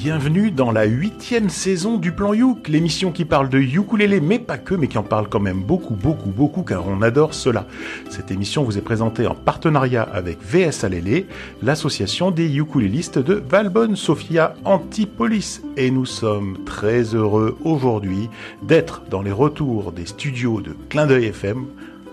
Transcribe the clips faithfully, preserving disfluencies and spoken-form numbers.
bienvenue dans la huitième saison du Plan Youk, l'émission qui parle de ukulélé, mais pas que, mais qui en parle quand même beaucoup, beaucoup, beaucoup, car on adore cela. Cette émission vous est présentée en partenariat avec V S Alélé, l'association des ukulélistes de Valbonne Sophia Antipolis. Et nous sommes très heureux aujourd'hui d'être dans les retours des studios de Clin d'œil F M,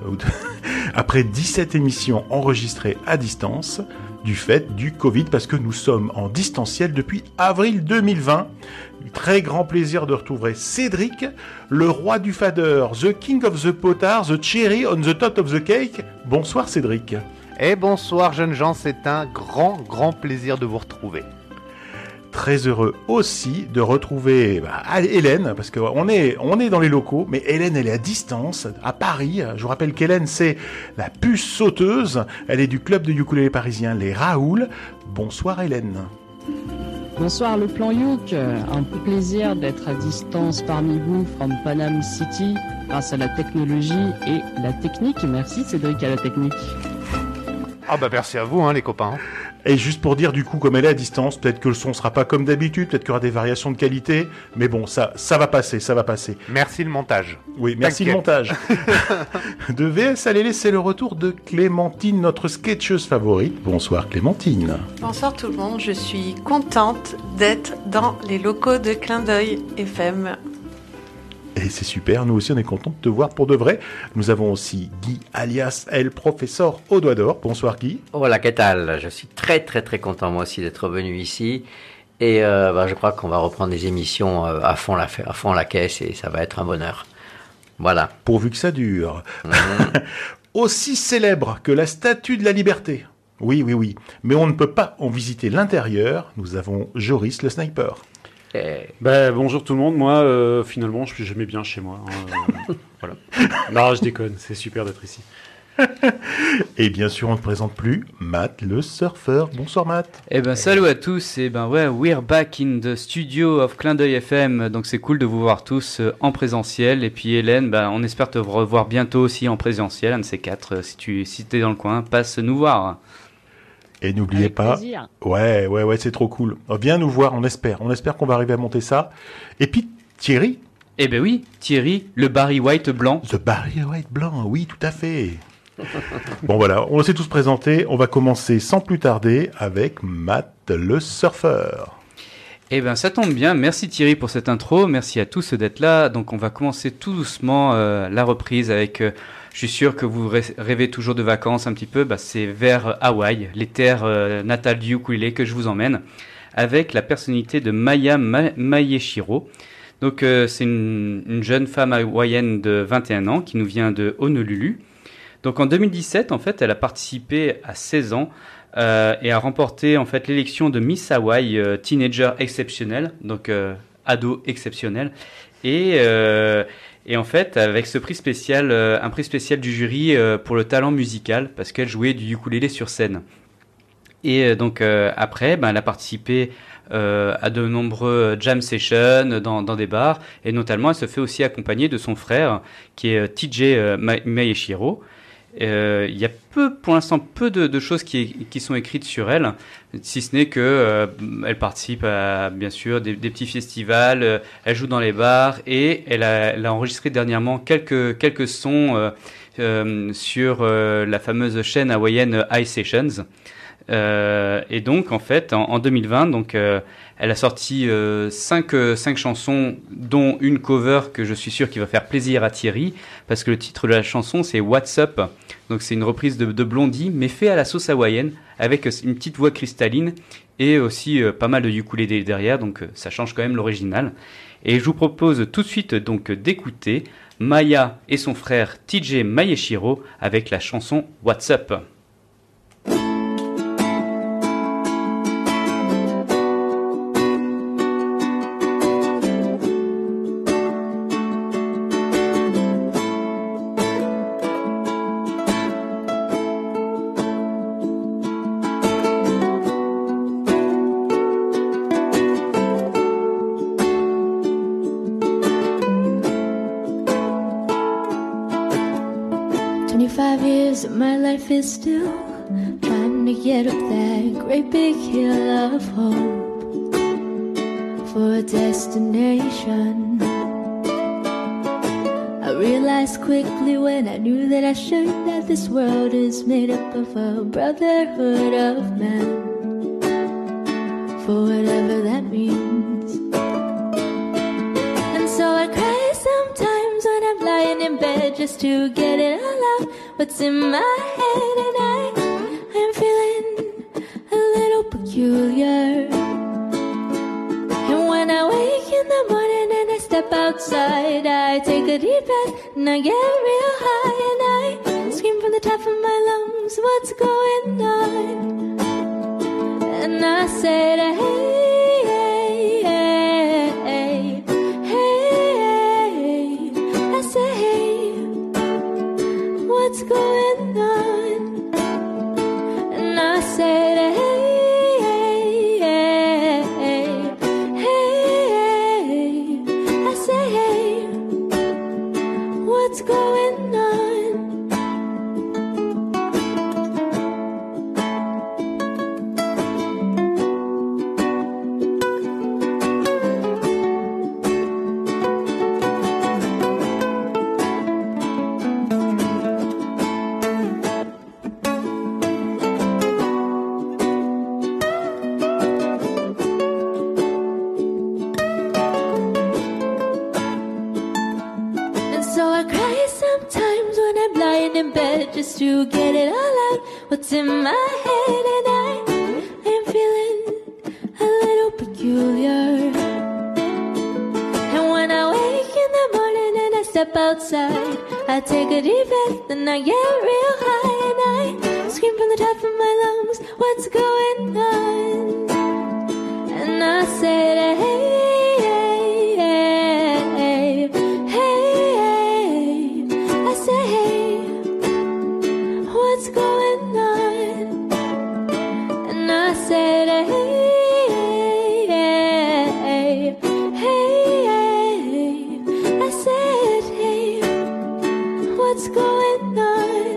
après dix-sept émissions enregistrées à distance, du fait du Covid, parce que nous sommes en distanciel depuis avril deux mille vingt. Très grand plaisir de retrouver Cédric, le roi du fader, the king of the potard, the cherry on the top of the cake. Bonsoir Cédric. Et bonsoir jeunes gens, c'est un grand, grand plaisir de vous retrouver. Très heureux aussi de retrouver bah, Hélène, parce qu'on est, on est dans les locaux, mais Hélène, elle est à distance, à Paris. Je vous rappelle qu'Hélène, c'est la puce sauteuse. Elle est du club de ukulélé parisien, les Raoul. Bonsoir Hélène. Bonsoir le Plan Youk. Un plaisir d'être à distance parmi vous from Panam City grâce à la technologie et la technique. Merci Cédric à la technique. Ah bah merci à vous hein, les copains. Et juste pour dire, du coup, comme elle est à distance, peut-être que le son sera pas comme d'habitude, peut-être qu'il y aura des variations de qualité, mais bon, ça, ça va passer, ça va passer. Merci le montage. Oui, merci T'inquiète. Le montage. De V S Alélé, c'est le retour de Clémentine, notre sketcheuse favorite. Bonsoir Clémentine. Bonsoir tout le monde, je suis contente d'être dans les locaux de Clin d'œil F M. Et c'est super, nous aussi on est contents de te voir pour de vrai. Nous avons aussi Guy, alias El Professeur au doigt d'or. Bonsoir Guy. Voilà, qu'est-ce que je suis très très très content moi aussi d'être revenu ici. Et euh, bah, je crois qu'on va reprendre des émissions euh, à, fond la, à fond la caisse et ça va être un bonheur. Voilà. Pourvu que ça dure. Mmh. Aussi célèbre que la Statue de la Liberté. Oui, oui, oui. Mais on ne peut pas en visiter l'intérieur. Nous avons Joris le sniper. Et... Ben, bonjour tout le monde, moi euh, finalement je suis jamais bien chez moi. Hein, euh, voilà. Non, je déconne, c'est super d'être ici. Et bien sûr, on ne te présente plus Matt le surfeur. Bonsoir Matt. Eh ben salut à tous. Et ben ouais, we're back in the studio of Clin d'œil F M. Donc c'est cool de vous voir tous euh, en présentiel. Et puis Hélène, ben on espère te revoir bientôt aussi en présentiel, un de ces quatre. Euh, si tu si t'es dans le coin, passe nous voir. Et n'oubliez Avec pas, plaisir. ouais, ouais, ouais, c'est trop cool. Viens nous voir, on espère, on espère qu'on va arriver à monter ça. Et puis Thierry. Eh ben oui, Thierry, le Barry White blanc. The Barry White blanc, oui, tout à fait. Bon voilà, on s'est tous présentés. On va commencer sans plus tarder avec Matt le surfeur. Eh ben ça tombe bien, merci Thierry pour cette intro, merci à tous d'être là. Donc on va commencer tout doucement euh, la reprise avec... Euh, Je suis sûr que vous rêvez toujours de vacances un petit peu. Bah, c'est vers Hawaï, les terres euh, natales du ukulélé que je vous emmène, avec la personnalité de Maya Ma- Mayeshiro. Donc, euh, c'est une, une jeune femme hawaïenne de vingt et un ans qui nous vient de Honolulu. Donc, en deux mille dix-sept, en fait, elle a participé à seize ans euh, et a remporté en fait l'élection de Miss Hawaii euh, Teenager exceptionnel, donc euh, ado exceptionnel. Et euh, Et en fait, avec ce prix spécial, euh, un prix spécial du jury euh, pour le talent musical, parce qu'elle jouait du ukulélé sur scène. Et euh, donc euh, après, ben, elle a participé euh, à de nombreux jam sessions dans, dans des bars, et notamment elle se fait aussi accompagner de son frère, qui est T J euh, Mayeshiro. Euh, il y a peu, pour l'instant, peu de, de choses qui, qui sont écrites sur elle, si ce n'est que euh, elle participe à, bien sûr, des, des petits festivals, euh, elle joue dans les bars et elle a, elle a enregistré dernièrement quelques, quelques sons euh, euh, sur euh, la fameuse chaîne hawaïenne iSessions. Euh, et donc, en fait, en, en deux mille vingt, donc, euh, elle a sorti euh, cinq, euh, cinq chansons, dont une cover que je suis sûr qui va faire plaisir à Thierry, parce que le titre de la chanson, c'est What's Up. Donc, c'est une reprise de, de Blondie, mais fait à la sauce hawaïenne, avec une petite voix cristalline et aussi euh, pas mal de ukulélé derrière, donc euh, ça change quand même l'original. Et je vous propose tout de suite donc d'écouter Maya et son frère T J Mayeshiro avec la chanson What's Up. twenty-five years of my life is still trying to get up that great big hill of hope. for a destination. I realized quickly when I knew that I should that this world is made up of a brotherhood of men, for whatever that means. And so I cry sometimes when I'm lying in bed just to get it all out what's in my head, and I am feeling a little peculiar. And when I wake in the morning and I step outside, I take a deep breath and I get real high, and I scream from the top of my lungs, what's going on? And I said, hey, hey, hey, hey, I said, hey, what's going on? And I said, hey, what's going on? Just to get it all out what's in my head, and I am feeling a little peculiar. And when I wake in the morning and I step outside, I take a deep breath and I get real high, and I scream from the top of my lungs, what's going on? And I said, hey, hey, hey, hey, I said, hey, what's going on? And I said, hey, hey, hey, hey, I said, hey, what's going on?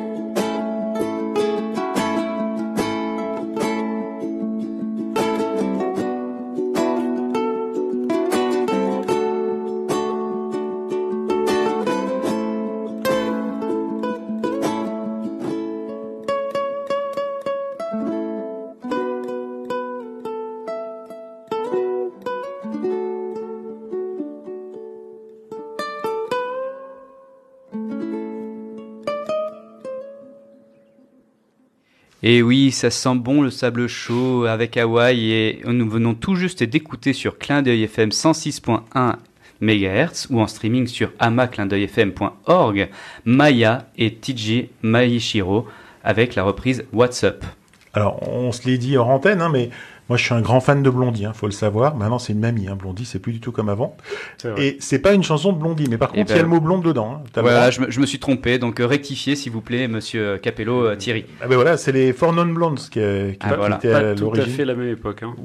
Et oui, ça sent bon le sable chaud avec Hawaï, et nous venons tout juste d'écouter sur Clin d'œil F M cent six point un mégahertz ou en streaming sur ama clin d'œil f m point org Maya et T J Maishiro avec la reprise What's Up. Alors, on se l'est dit hors antenne, hein, mais moi je suis un grand fan de Blondie, hein, faut le savoir. Maintenant c'est une mamie, hein, Blondie, c'est plus du tout comme avant. C'est vrai. Et c'est pas une chanson de Blondie, mais par contre il ben, y a le mot blonde dedans. Hein, voilà, je me, je me suis trompé, donc euh, rectifiez s'il vous plaît, monsieur Capello, euh, Thierry. Ah ben voilà, c'est les Four Non Blondes qui, qui, ah, voilà. qui étaient pas à tout l'origine. à fait la même époque. Hein.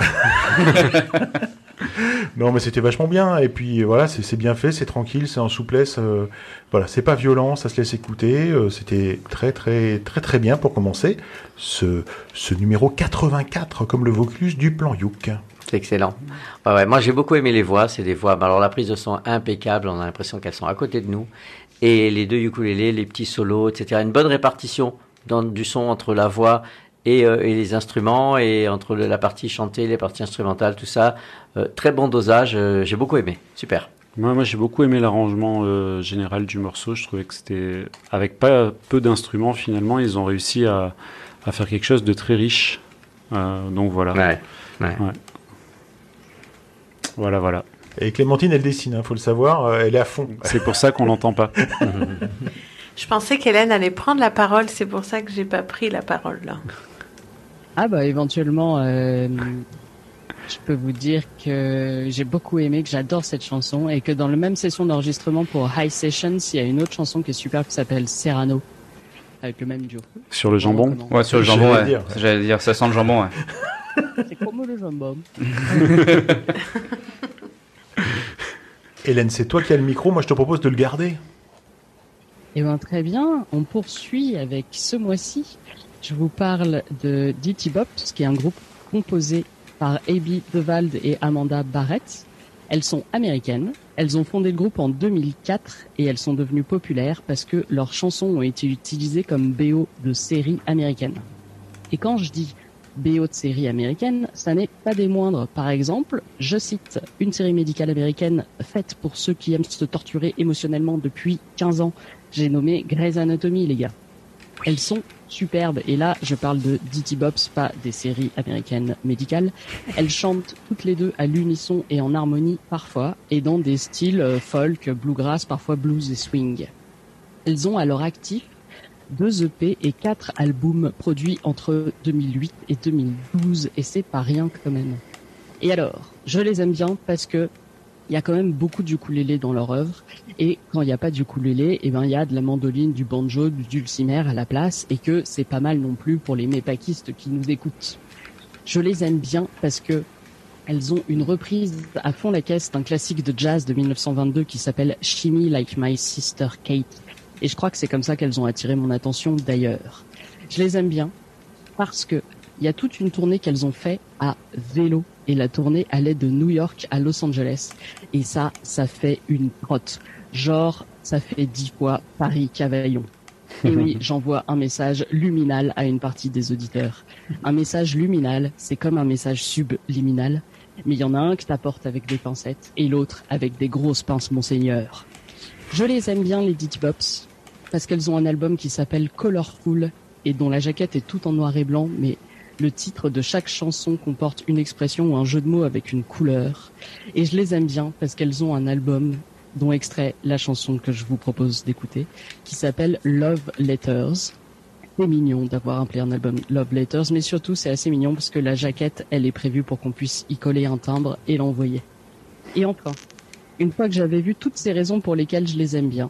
Non, mais c'était vachement bien. Et puis voilà, c'est, c'est bien fait, c'est tranquille, c'est en souplesse. Euh, voilà, c'est pas violent, ça se laisse écouter. Euh, c'était très, très, très, très bien pour commencer ce, ce numéro quatre-vingt-quatre, comme le Vaucluse du plan Youk. C'est excellent. Ouais, ouais, moi, j'ai beaucoup aimé les voix. C'est des voix. Alors, la prise de son impeccable. On a l'impression qu'elles sont à côté de nous. Et les deux ukulélés, les petits solos, et cetera. Une bonne répartition dans, du son entre la voix et, euh, et les instruments, et entre le, la partie chantée, les parties instrumentales, tout ça. Euh, très bon dosage. Euh, j'ai beaucoup aimé. Super. Moi, moi, j'ai beaucoup aimé l'arrangement euh, général du morceau. Je trouvais que c'était, avec pas peu d'instruments, finalement, ils ont réussi à, à faire quelque chose de très riche. Euh, donc voilà. Ouais. Ouais. Ouais. Voilà, voilà. Et Clémentine, elle dessine, hein, faut le savoir, elle est à fond. C'est pour ça qu'on l'entend pas. Je pensais qu'Hélène allait prendre la parole, c'est pour ça que j'ai pas pris la parole là. Ah bah éventuellement, euh, je peux vous dire que j'ai beaucoup aimé, que j'adore cette chanson, et que dans la même session d'enregistrement pour High Sessions, il y a une autre chanson qui est super qui s'appelle Serrano, avec le même duo. Sur le jambon ? Ouais, sur le jambon, ouais. Dire, ouais. J'allais dire, ça sent le jambon, ouais. C'est comme le jambon. Hélène, c'est toi qui as le micro, moi je te propose de le garder. Eh bien très bien, on poursuit avec ce mois-ci. Je vous parle de D T Bop, qui est un groupe composé par par Abby Devald et Amanda Barrett. Elles sont américaines. Elles ont fondé le groupe en deux mille quatre et elles sont devenues populaires parce que leurs chansons ont été utilisées comme B O de séries américaines. Et quand je dis B O de séries américaines, ça n'est pas des moindres. Par exemple, je cite une série médicale américaine faite pour ceux qui aiment se torturer émotionnellement depuis quinze ans. J'ai nommé Grey's Anatomy, les gars. Elles sont superbes. Et là, je parle de Ditty Bops, pas des séries américaines médicales. Elles chantent toutes les deux à l'unisson et en harmonie parfois, et dans des styles euh, folk, bluegrass, parfois blues et swing. Elles ont à leur actif deux E P et quatre albums produits entre deux mille huit et deux mille douze, et c'est pas rien quand même. Et alors, je les aime bien parce que il y a quand même beaucoup d'ukulélé dans leur œuvre, et quand il n'y a pas d'ukulélé, eh ben il y a de la mandoline, du banjo, du dulcimer à la place, et que c'est pas mal non plus pour les mépakistes qui nous écoutent. Je les aime bien parce que elles ont une reprise à fond la caisse d'un classique de jazz de mille neuf cent vingt-deux qui s'appelle She Me Like My Sister Kate, et je crois que c'est comme ça qu'elles ont attiré mon attention d'ailleurs. Je les aime bien parce que il y a toute une tournée qu'elles ont fait à vélo, et la tournée allait de New York à Los Angeles, et ça, ça fait une trotte. Genre, ça fait dix fois Paris-Cavaillon. Et oui, j'envoie un message luminal à une partie des auditeurs. Un message luminal, c'est comme un message subliminal, mais il y en a un que t'apportes avec des pincettes, et l'autre avec des grosses pinces Monseigneur. Je les aime bien, les Ditty Bops, parce qu'elles ont un album qui s'appelle Colorful, et dont la jaquette est toute en noir et blanc, mais le titre de chaque chanson comporte une expression ou un jeu de mots avec une couleur. Et je les aime bien parce qu'elles ont un album dont extrait la chanson que je vous propose d'écouter, qui s'appelle Love Letters. C'est mignon d'avoir appelé un album Love Letters, mais surtout c'est assez mignon parce que la jaquette, elle est prévue pour qu'on puisse y coller un timbre et l'envoyer. Et enfin, une fois que j'avais vu toutes ces raisons pour lesquelles je les aime bien,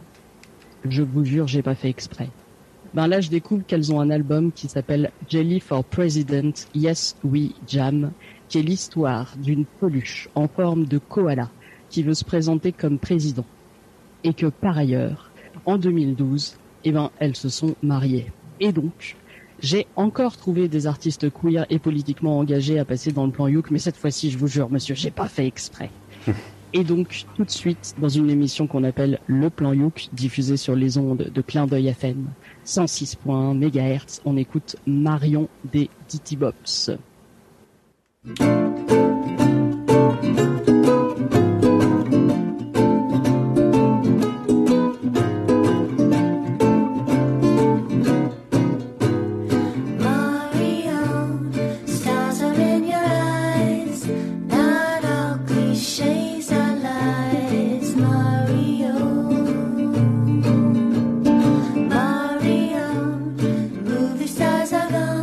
je vous jure, j'ai pas fait exprès. Ben là, je découvre qu'elles ont un album qui s'appelle Jelly for President, Yes We Jam, qui est l'histoire d'une peluche en forme de koala qui veut se présenter comme président. Et que par ailleurs, en deux mille douze, eh ben, elles se sont mariées. Et donc, j'ai encore trouvé des artistes queer et politiquement engagés à passer dans le plan Youk, mais cette fois-ci, je vous jure, monsieur, j'ai pas fait exprès. Et donc, tout de suite, dans une émission qu'on appelle Le Plan Youk, diffusée sur les ondes de Clin d'œil F M, cent six virgule un mégahertz, on écoute Marion des Ditty Bops.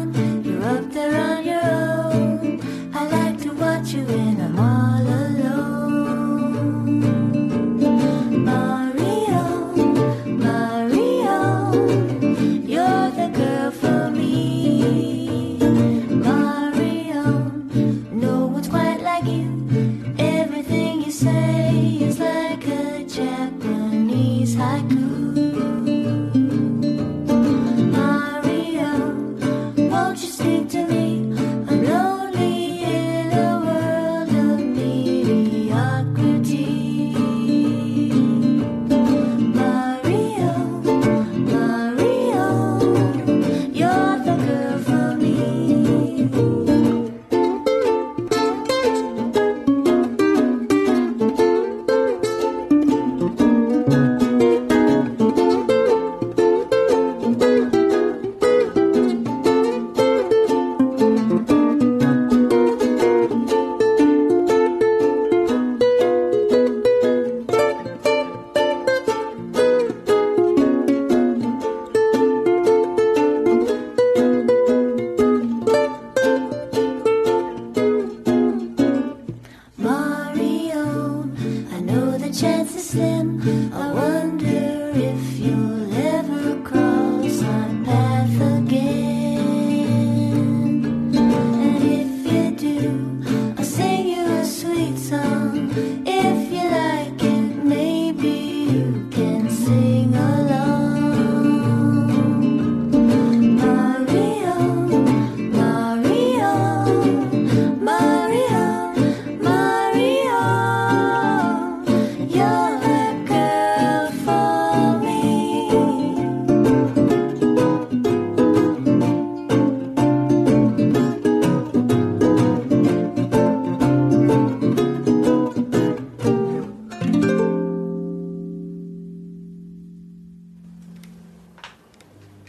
You and I'm all alone.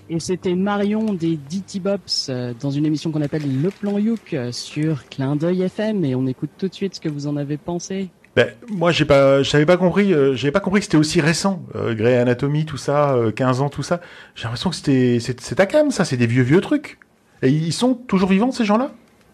Et c'était Marion des D T Bops euh, dans une émission qu'on appelle Le Plan Youk euh, sur Clin d'œil F M et on écoute tout de suite ce que vous en avez pensé. Ben, moi, j'ai pas, j'avais pas compris, euh, j'avais pas compris que c'était aussi récent. Euh, Grey Anatomy, tout ça, euh, quinze ans, tout ça. J'ai l'impression que c'était, c'est, c'est ta cam, ça, c'est des vieux, vieux trucs. Et ils sont toujours vivants, ces gens-là?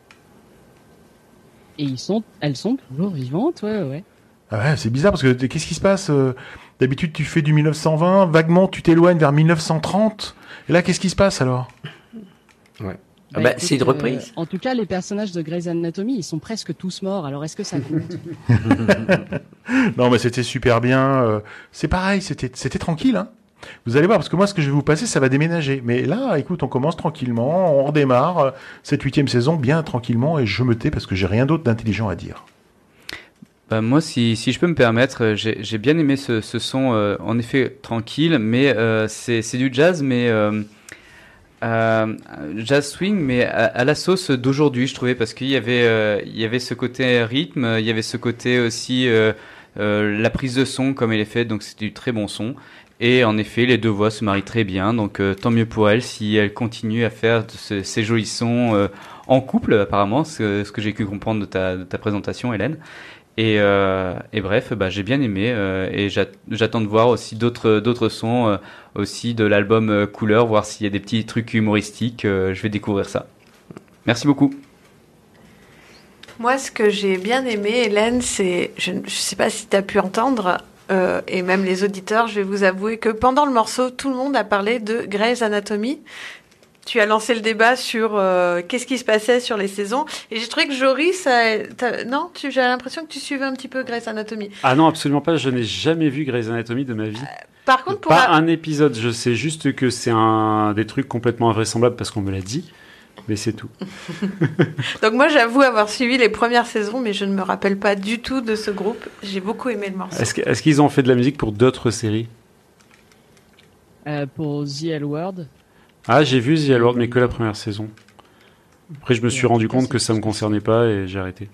Et ils sont, elles sont toujours vivantes, ouais, ouais. Ah ouais, c'est bizarre parce que qu'est-ce qui se passe? euh, D'habitude, tu fais du mille neuf cent vingt, vaguement, tu t'éloignes vers mille neuf cent trente. Et là, qu'est-ce qui se passe alors? Ouais. Bah, Ah bah, écoute, c'est une reprise. euh, en tout cas, les personnages de Grey's Anatomy, ils sont presque tous morts. Alors, est-ce que ça compte? Non, mais c'était super bien. euh, C'est pareil, c'était, c'était tranquille, hein. Vous allez voir, parce que moi, ce que je vais vous passer, ça va déménager. Mais là, écoute, on commence tranquillement, on redémarre euh, cette huitième saison bien tranquillement, et je me tais parce que j'ai rien d'autre d'intelligent à dire. Bah, moi, si, si je peux me permettre, euh, j'ai, j'ai bien aimé ce, ce son, euh, en effet tranquille, mais euh, c'est, c'est du jazz, mais euh, euh, jazz swing, mais à, à la sauce d'aujourd'hui, je trouvais, parce qu'il y avait, euh, il y avait ce côté rythme, il y avait ce côté aussi euh, euh, la prise de son comme elle est faite, donc c'est du très bon son. Et en effet, les deux voix se marient très bien, donc euh, tant mieux pour elle si elle continue à faire de ce, ces jolis sons euh, en couple, apparemment, ce, ce que j'ai pu comprendre de ta, de ta présentation, Hélène. Et, euh, et bref, bah, j'ai bien aimé euh, et j'a- j'attends de voir aussi d'autres d'autres sons euh, aussi de l'album euh, Couleur, voir s'il y a des petits trucs humoristiques. Euh, je vais découvrir ça. Merci beaucoup. Moi, ce que j'ai bien aimé, Hélène, c'est, je ne sais pas si tu as pu entendre, euh, et même les auditeurs, je vais vous avouer que pendant le morceau, tout le monde a parlé de Grey's Anatomy. Tu as lancé le débat sur euh, qu'est-ce qui se passait sur les saisons, et j'ai trouvé que Jory, ça, t'as- non, tu, j'ai l'impression que tu suivais un petit peu Grey's Anatomy. Ah non, absolument pas. Je n'ai jamais vu Grey's Anatomy de ma vie. Par contre, pour Pas la- un épisode. Je sais juste que c'est un des trucs complètement invraisemblables parce qu'on me l'a dit. Mais c'est tout. donc moi, j'avoue avoir suivi les premières saisons, mais je ne me rappelle pas du tout de ce groupe. J'ai beaucoup aimé le morceau. Est-ce, que- est-ce qu'ils ont fait de la musique pour d'autres séries? Euh, pour The L Word. Ah, j'ai vu The L Word, mais que la première saison. Après, je me suis Et en rendu tout cas, compte c'est que ça me tout ce que concernait pas et j'ai arrêté.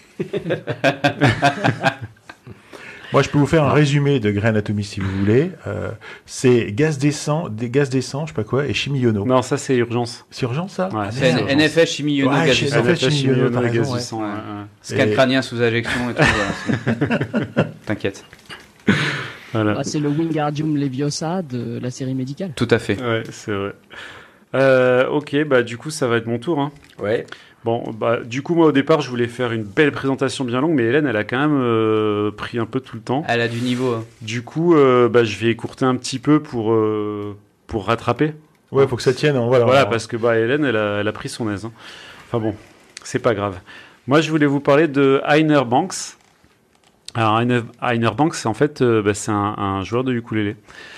Moi, je peux vous faire un résumé de Grey Anatomy si vous voulez. Euh, c'est gaz d'essence, des gaz d'essence, je sais pas quoi, et chimie iono. Non, ça c'est urgence. C'est urgent ça? Ouais, Ah, C'est merde. N F H Chimie Iono, Ouais, gaz chez du N sang. F H, chimie iono, t'as gaz raison, du ouais. sang, ouais, ouais. Scan Et- crânien sous injection et tout. Voilà, c'est- T'inquiète. Voilà. Ah, c'est le Wingardium Leviosa de la série médicale. Tout à fait. Ouais, c'est vrai. Euh, ok, bah du coup ça va être mon tour. Hein. Ouais. Bon, bah du coup moi au départ je voulais faire une belle présentation bien longue, mais Hélène elle a quand même euh, pris un peu tout le temps. Elle a du niveau. hein. Du coup, euh, bah je vais écourter un petit peu pour euh, pour rattraper. Ouais, faut que ça tienne. hein, Voilà, Voilà, Alors, parce que bah Hélène elle a, elle a pris son aise. hein. Enfin bon, c'est pas grave. Moi je voulais vous parler de Heiner Banks. Alors Heiner, Heiner Banks, c'est en fait euh, bah, c'est un, un joueur de ukulélé.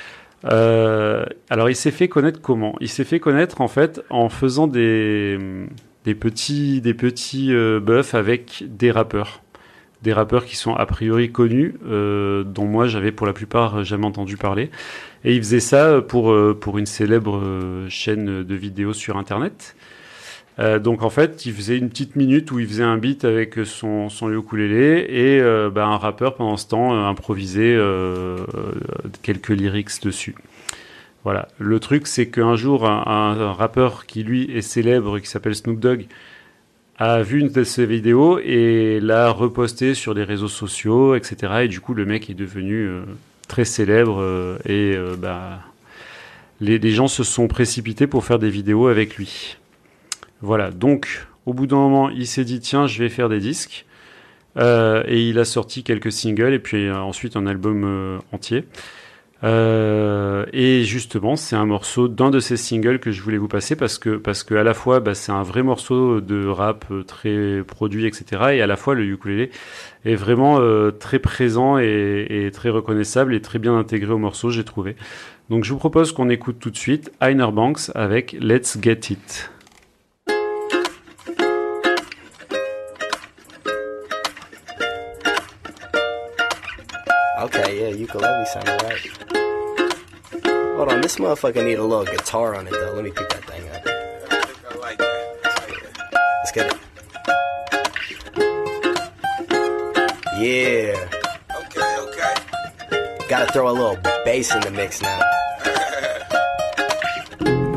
Euh, alors il s'est fait connaître comment? Il s'est fait connaître en fait en faisant des des petits des petits euh, buffs avec des rappeurs, des rappeurs qui sont a priori connus, euh, dont moi j'avais pour la plupart jamais entendu parler. Et il faisait ça pour euh, pour une célèbre euh, chaîne de vidéos sur internet. Euh, donc en fait, il faisait une petite minute où il faisait un beat avec son, son ukulélé et euh, bah, un rappeur pendant ce temps euh, improvisait euh, euh, quelques lyrics dessus. Voilà. Le truc, c'est qu'un jour, un, un rappeur qui lui est célèbre, qui s'appelle Snoop Dogg, a vu une de ses vidéos et l'a reposté sur les réseaux sociaux, et cetera. Et du coup, le mec est devenu euh, très célèbre euh, et euh, bah, les, les gens se sont précipités pour faire des vidéos avec lui. Voilà, donc au bout d'un moment, il s'est dit tiens, je vais faire des disques. Euh, et il a sorti quelques singles et puis euh, ensuite un album euh, entier. Euh, et justement, c'est un morceau d'un de ces singles que je voulais vous passer parce que, parce que à la fois, bah, c'est un vrai morceau de rap euh, très produit, et cetera. Et à la fois, le ukulélé est vraiment euh, très présent et, et très reconnaissable et très bien intégré au morceau, j'ai trouvé. Donc je vous propose qu'on écoute tout de suite Heiner Banks avec Let's Get It. Okay, yeah, ukulele sounded right. Hold on, this motherfucker need a little guitar on it though. Let me pick that thing up. I think I like that. Let's get it. Yeah. Okay, okay. Gotta throw a little bass in the mix now.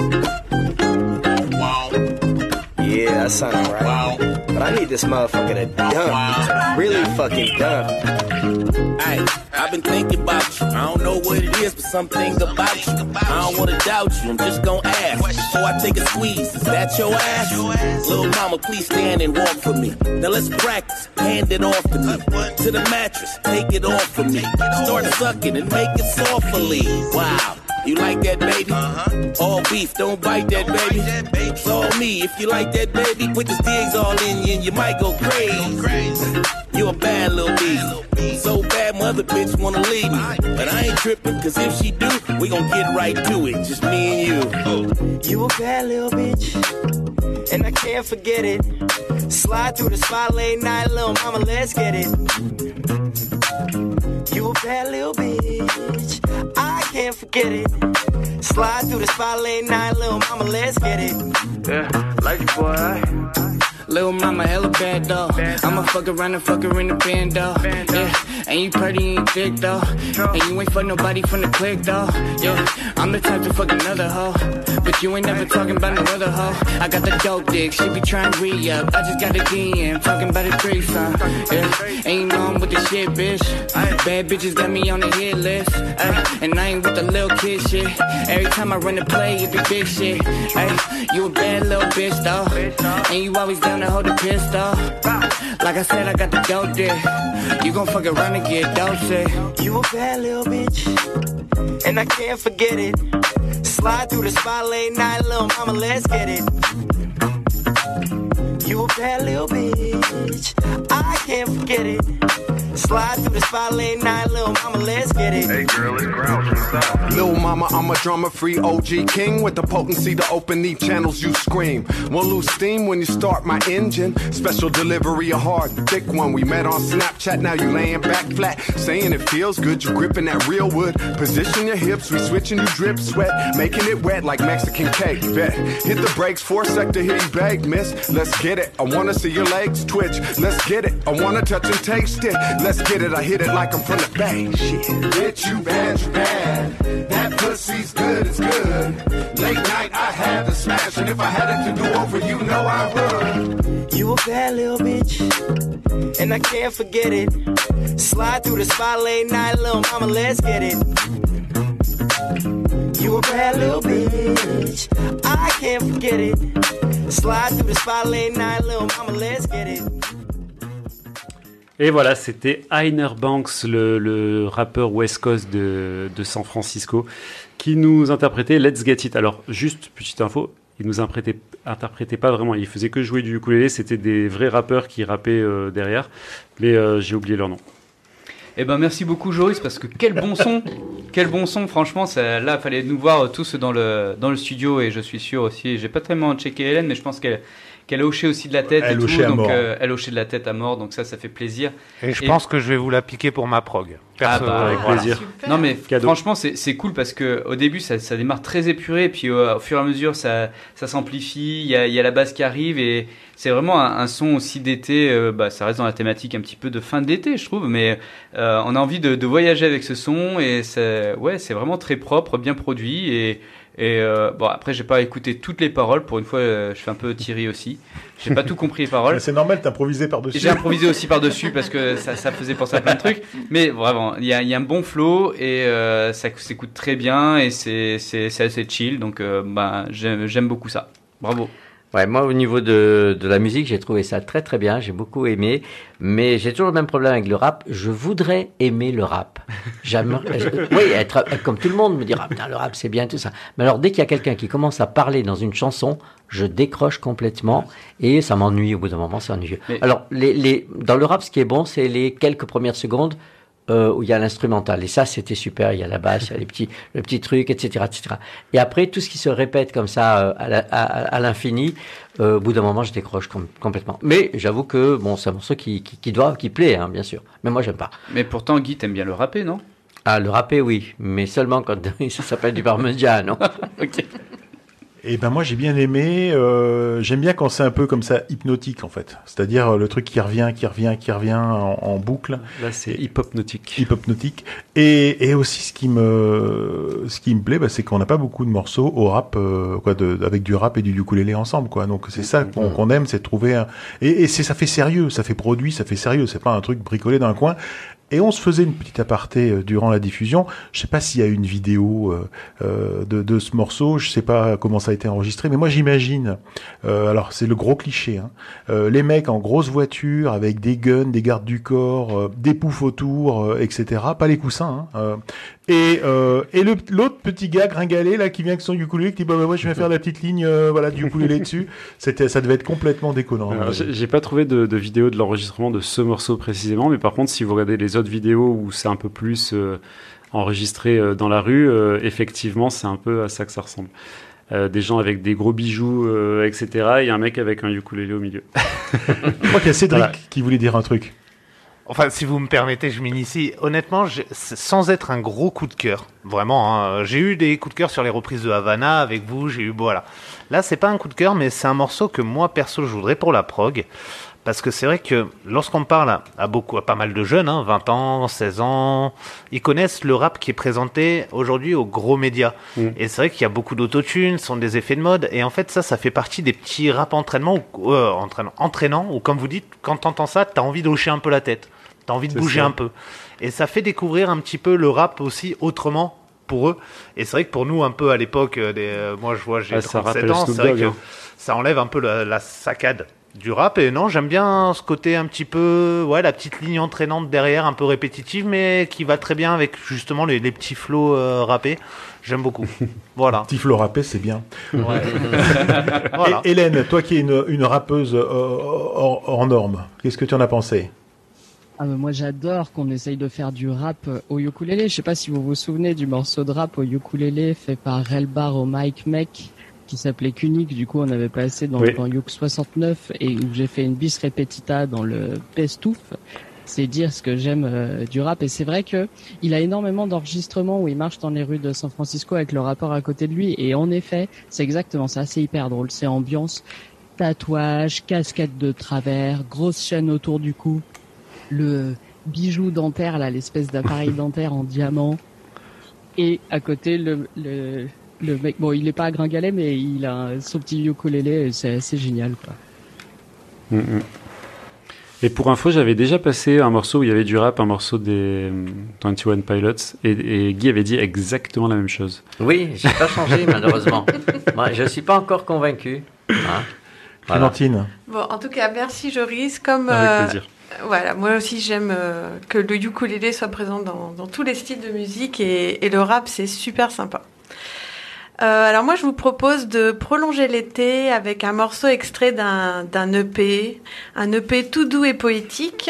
that sound alright. But I need this motherfucker to dump. Really fucking dump. Hey, I've been thinking about you. I don't know what it is, but something about you. I don't wanna doubt you, I'm just gonna ask. Before I take a squeeze, is that your ass? Little mama, please stand and walk for me. Now let's practice, hand it off to me. To the mattress, take it off for me. Start sucking and make it soft for me. Wow. You like that, baby? Uh-huh. All beef, don't bite that, baby. It's all me. If you like that, baby, put the digs all in you and you might go crazy. You a bad little bee. So bad, mother bitch wanna leave me. But I ain't tripping, cause if she do, we gon' get right to it. Just me and you. You a bad little bitch, and I can't forget it. Slide through the spot late night, little mama, let's get it. You a bad little bitch, I can't forget it. Slide through the spot late night, little mama, let's get it. Yeah, like it, boy. Little mama hella bad though. I'ma fuck around and fuck her in the band though. Yeah, and you pretty and thick though. And you ain't fuck nobody from the clique though. Yeah, I'm the type to fuck another hoe, but you ain't never talking about no other hoe. I got the dope dick, she be trying to re-up. I just got the D M, talking about the threesome. Yeah, and you know I'm with the shit, bitch. Bad bitches got me on the hit list. Ay, and I ain't with the little kid shit. Every time I run the play, it be big shit. Ay, you a bad little bitch though. And you always down to hold the pistol. Like I said, I got the dope dick. You gon' fuck around and get dosey. You a bad little bitch, and I can't forget it. Slide through the spot late night, little mama, let's get it. You a bad little bitch, I can't forget it. Slide through the spot late night, little mama, let's get it. Hey girl, it's Grouch, what's up? Lil' mama, I'm a drama-free O G king with the potency to open these channels you scream. Won't lose steam when you start my engine. Special delivery, a hard, thick one. We met on Snapchat, now you laying back flat. Saying it feels good, you gripping that real wood. Position your hips, we switching you drip sweat. Making it wet like Mexican cake, bet. Hit the brakes for a sec to hear you beg, miss. Let's get it, I wanna see your legs twitch. Let's get it, I wanna touch and taste it. Let's get it, I hit it like I'm from the bay. Shit. Bitch, you bad, you bad. That pussy's good, it's good. Late night, I had the smash, and if I had it to do over, you know I would. You a bad little bitch, and I can't forget it. Slide through the spot late night, little mama, let's get it. You a bad little bitch, I can't forget it. Slide through the spot late night, little mama, let's get it. Et voilà, c'était Heiner Banks, le, le rappeur West Coast de, de San Francisco, qui nous interprétait Let's Get It. Alors, juste petite info, il nous interprétait, interprétait pas vraiment, il faisait que jouer du ukulélé, c'était des vrais rappeurs qui rappaient euh, derrière, mais euh, j'ai oublié leur nom. Eh ben merci beaucoup Joris, parce que quel bon son, quel bon son, franchement, ça, là, fallait nous voir tous dans le, dans le studio, et je suis sûr aussi, j'ai pas tellement checké Hélène, mais je pense qu'elle... qu'elle a hoché aussi de la tête elle et tout, donc euh, elle hochait de la tête à mort, donc ça, ça fait plaisir. Et je et... pense que je vais vous la piquer pour ma prog. Perso, ah bah, avec voilà. plaisir. Super. Non mais Cadeau. franchement, c'est, c'est cool parce que au début, ça, ça démarre très épuré, puis euh, au fur et à mesure, ça, ça s'amplifie. Il y a, il y a la basse qui arrive et c'est vraiment un, un son aussi d'été. Euh, bah, ça reste dans la thématique un petit peu de fin d'été, je trouve, mais euh, on a envie de, de voyager avec ce son et c'est, ouais, c'est vraiment très propre, bien produit et Et euh, bon, après, j'ai pas écouté toutes les paroles. Pour une fois, euh, je fais un peu Thierry aussi. J'ai pas tout compris les paroles. C'est normal, t'as improvisé par-dessus. J'ai improvisé aussi par-dessus parce que ça, ça faisait penser à plein de trucs. Mais vraiment, il y a, y a un bon flow et euh, ça s'écoute très bien et c'est, c'est, c'est assez chill. Donc, euh, bah, j'aime, j'aime beaucoup ça. Bravo. Ouais, moi, au niveau de, de la musique, j'ai trouvé ça très très bien, j'ai beaucoup aimé, mais j'ai toujours le même problème avec le rap. Je voudrais aimer le rap. J'aime, oui, être, être comme tout le monde, me dire, ah putain, le rap c'est bien, tout ça. Mais alors, dès qu'il y a quelqu'un qui commence à parler dans une chanson, je décroche complètement et ça m'ennuie au bout d'un moment, c'est ennuyeux. Mais... Alors, les, les, dans le rap, ce qui est bon, c'est les quelques premières secondes Euh, où il y a l'instrumental et ça c'était super, il y a la basse, il y a les petits, le petit truc, etc, etc. Et après tout ce qui se répète comme ça euh, à, la, à, à l'infini, euh, au bout d'un moment je décroche com- complètement. Mais j'avoue que bon, c'est un morceau qui, qui, qui doit, qui plaît, hein, bien sûr. Mais moi j'aime pas. Mais pourtant Guy t'aimes bien le rapper, non? Ah, le rapper oui, mais seulement quand ça s'appelle du parmesan, non? Ok. Et ben moi j'ai bien aimé. Euh, j'aime bien quand c'est un peu comme ça hypnotique en fait. C'est-à-dire le truc qui revient, qui revient, qui revient en, en boucle. Là c'est hip-hopnotique. Hip-hopnotique. Et, et aussi ce qui me, ce qui me plaît, bah, c'est qu'on n'a pas beaucoup de morceaux au rap, euh, quoi, de, avec du rap et du ukulélé ensemble, quoi. Donc c'est ça qu'on, qu'on aime, c'est de trouver un... et, et c'est ça fait sérieux, ça fait produit, ça fait sérieux. C'est pas un truc bricolé dans un coin. Et on se faisait une petite aparté euh, durant la diffusion. Je sais pas s'il y a une vidéo euh, euh, de, de ce morceau. Je sais pas comment ça a été enregistré, mais moi j'imagine. Euh, alors c'est le gros cliché. Hein, euh, les mecs en grosse voiture avec des guns, des gardes du corps, euh, des poufs autour, euh, et cetera. Pas les coussins. Hein, euh, et euh, et le, l'autre petit gars gringalé là qui vient avec son ukulélé, qui dit bah, bah moi je vais faire la petite ligne euh, voilà du ukulélé dessus. C'était ça devait être complètement déconnant. Alors, j'ai, j'ai pas trouvé de, de vidéo de l'enregistrement de ce morceau précisément, mais par contre si vous regardez les autres vidéos où c'est un peu plus euh, enregistré euh, dans la rue, euh, effectivement c'est un peu à ça que ça ressemble. Euh, des gens avec des gros bijoux, euh, et cetera. Et un mec avec un ukulélé au milieu. Je crois qu'il y a Cédric voilà. qui voulait dire un truc. Enfin, si vous me permettez, je m'initie. Honnêtement, j'ai, sans être un gros coup de cœur, vraiment, hein, j'ai eu des coups de cœur sur les reprises de Havana avec vous, j'ai eu, voilà. Là, c'est pas un coup de cœur, mais c'est un morceau que moi, perso, je voudrais pour la prog. Parce que c'est vrai que lorsqu'on parle à, à beaucoup, à pas mal de jeunes, hein, vingt ans, seize ans, ils connaissent le rap qui est présenté aujourd'hui aux gros médias. Mmh. Et c'est vrai qu'il y a beaucoup d'autotunes, ce sont des effets de mode. Et en fait, ça, ça fait partie des petits rap entraînements, ou, euh, entraînants, entraînants, ou comme vous dites, quand t'entends ça, t'as envie de hocher un peu la tête. T'as envie de c'est bouger ça. Un peu. Et ça fait découvrir un petit peu le rap aussi autrement pour eux. Et c'est vrai que pour nous, un peu à l'époque, des, euh, moi je vois, j'ai ah, trente-sept ans, c'est vrai que hein. ça enlève un peu la, la saccade du rap. Et non, j'aime bien ce côté un petit peu, ouais, la petite ligne entraînante derrière, un peu répétitive, mais qui va très bien avec justement les, les petits flows euh, rappés. J'aime beaucoup. Voilà. Petit flow rappé, c'est bien. Ouais. Voilà. Et, Hélène, toi qui es une, une rappeuse euh, hors, hors norme, qu'est-ce que tu en as pensé? Ah mais moi j'adore qu'on essaye de faire du rap au ukulélé. Je sais pas si vous vous souvenez du morceau de rap au ukulélé fait par Relbar au Mike Mec qui s'appelait Kunique. Du coup on avait passé dans oui. le plan Yuk soixante-neuf et où j'ai fait une bis repetita dans le Pestouf. C'est dire ce que j'aime euh, du rap. Et c'est vrai que il a énormément d'enregistrements où il marche dans les rues de San Francisco avec le rappeur à côté de lui. Et en effet c'est exactement ça. C'est hyper drôle. C'est ambiance, tatouage, casquette de travers, grosse chaîne autour du cou. Le bijou dentaire, là, l'espèce d'appareil dentaire en diamant. Et à côté, le, le, le mec, bon, il est pas à gringalet, mais il a son petit ukulélé, c'est assez génial, quoi. Mm-hmm. Et pour info, j'avais déjà passé un morceau où il y avait du rap, un morceau des vingt et un Pilots, et, et Guy avait dit exactement la même chose. Oui, j'ai pas changé, malheureusement. Moi, je suis pas encore convaincu. Hein, voilà. Clémentine. Bon, en tout cas, merci Joris. Comme, Avec euh, plaisir. Voilà, moi aussi j'aime euh, que le ukulélé soit présent dans, dans tous les styles de musique et, et le rap c'est super sympa. Euh, alors moi je vous propose de prolonger l'été avec un morceau extrait d'un, d'un E P, un E P tout doux et poétique.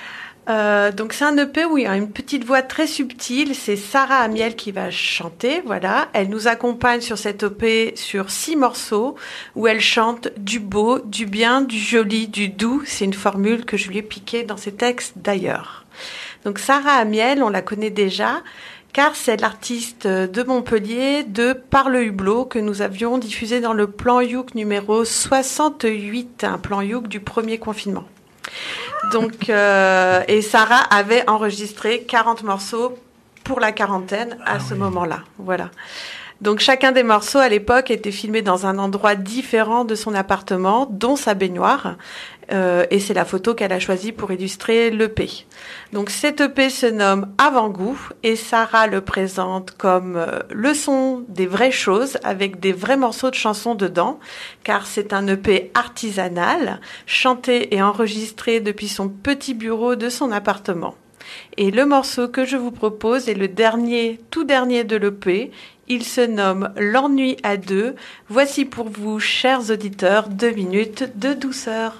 Euh, donc c'est un E P où il y a une petite voix très subtile, c'est Sarah Amiel qui va chanter, voilà. Elle nous accompagne sur cet E P sur six morceaux où elle chante du beau, du bien, du joli, du doux. C'est une formule que je lui ai piquée dans ses textes d'ailleurs. Donc Sarah Amiel, on la connaît déjà car c'est l'artiste de Montpellier de Par le hublot que nous avions diffusé dans le plan Youk numéro soixante-huit, un plan Youk du premier confinement. Donc, euh, et Sarah avait enregistré quarante morceaux pour la quarantaine à ah ce oui. moment-là. Voilà. Donc, chacun des morceaux à l'époque était filmé dans un endroit différent de son appartement, dont sa baignoire. Euh, et c'est la photo qu'elle a choisie pour illustrer l'E P. Donc, cet E P se nomme Avant-goût et Sarah le présente comme euh, le son des vraies choses avec des vrais morceaux de chansons dedans, car c'est un E P artisanal, chanté et enregistré depuis son petit bureau de son appartement. Et le morceau que je vous propose est le dernier, tout dernier de l'E P. Il se nomme L'ennui à deux. Voici pour vous, chers auditeurs, deux minutes de douceur.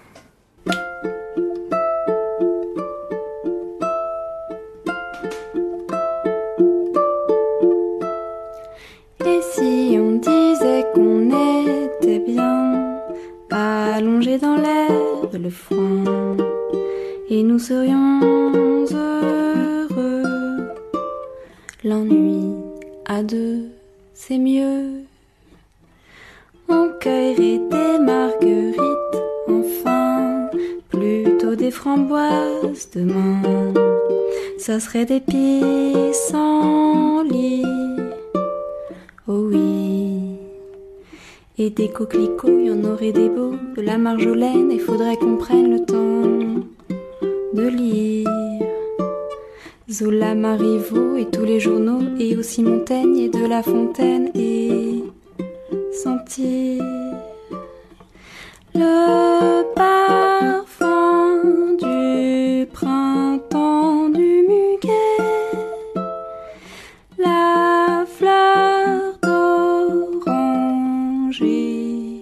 Et si on disait qu'on était bien allongés dans l'herbe, le foin, et nous serions heureux. L'ennui à deux, c'est mieux. On cueillerait des marguerites, enfin, plutôt des framboises demain. Ça serait des pissenlits, oh oui. Et des coquelicots, y en aurait des beaux, de la marjolaine, et faudrait qu'on prenne le temps de lire Zola, Marivaux et tous les journaux, et aussi Montaigne et de La Fontaine, et sentir le parfum du printemps, du muguet, la fleur d'oranger.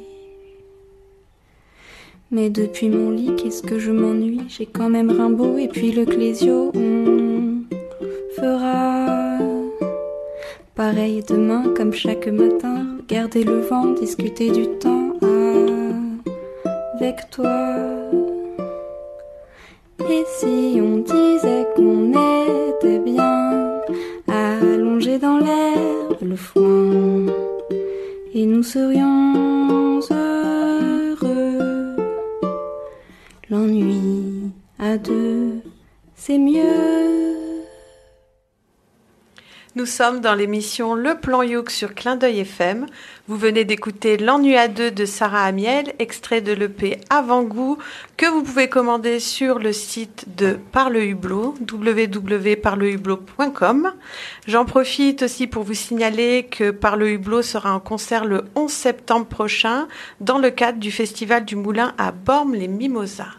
Mais depuis mon lit, qu'est-ce que je m'ennuie, j'ai quand même Rimbaud et puis le Clésio. On fera pareil demain comme chaque matin, regarder le vent, discuter du temps avec toi. Et si on disait qu'on était bien allongé dans l'herbe, le foin, et nous serions heureux. L'ennui à deux, c'est mieux. Nous sommes dans l'émission Le Plan Youk sur Clin d'œil F M. Vous venez d'écouter L'Ennui à deux de Sarah Amiel, extrait de l'E P Avant-goût, que vous pouvez commander sur le site de Par le Hublot, w w w point par le hublot point com. J'en profite aussi pour vous signaler que Par le Hublot sera en concert le onze septembre prochain dans le cadre du Festival du Moulin à Bormes-les-Mimosas.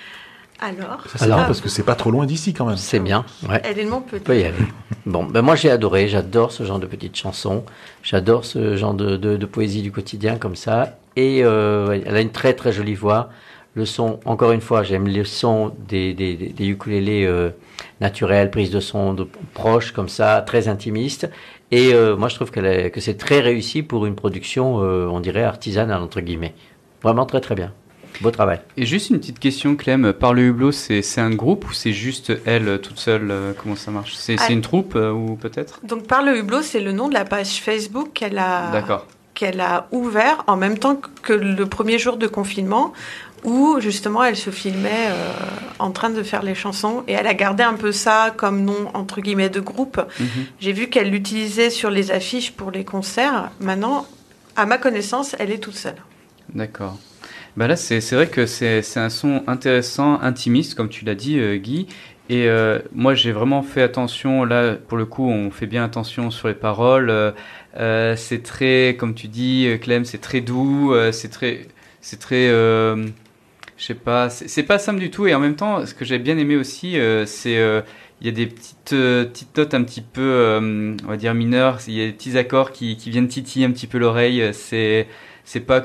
Alors, ça, c'est bien parce que c'est pas trop loin d'ici quand même. C'est bien. Ouais. Elle est de Montpellier. On peut y aller. Bon, ben moi j'ai adoré, j'adore ce genre de petites chansons, j'adore ce genre de, de, de poésie du quotidien comme ça. Et euh, elle a une très très jolie voix. Le son, encore une fois, j'aime le son des, des, des, des ukulélés euh, naturels, prise de son de, proche comme ça, très intimiste. Et euh, moi je trouve qu'elle est, que c'est très réussi pour une production, euh, on dirait artisanale entre guillemets. Vraiment très très bien. Beau travail. Et juste une petite question, Clem. Par le Hublot, c'est, c'est un groupe ou c'est juste elle toute seule? Comment ça marche? C'est, c'est une troupe euh, ou peut-être? Donc Par le Hublot, c'est le nom de la page Facebook qu'elle a, D'accord. qu'elle a ouvert en même temps que le premier jour de confinement où justement elle se filmait euh, en train de faire les chansons et elle a gardé un peu ça comme nom entre guillemets de groupe. Mm-hmm. J'ai vu qu'elle l'utilisait sur les affiches pour les concerts. Maintenant, à ma connaissance, elle est toute seule. D'accord. Bah là, c'est, c'est vrai que c'est, c'est un son intéressant, intimiste, comme tu l'as dit, euh, Guy. Et euh, moi, j'ai vraiment fait attention. Là, pour le coup, on fait bien attention sur les paroles. Euh, euh, c'est très, comme tu dis, Clem, c'est très doux. Euh, c'est très, c'est très, euh, je sais pas, c'est, c'est pas simple du tout. Et en même temps, ce que j'ai bien aimé aussi, euh, c'est, euh, il y a des petites, euh, petites notes un petit peu, euh, on va dire mineures. Il y a des petits accords qui, qui viennent titiller un petit peu l'oreille. C'est C'est pas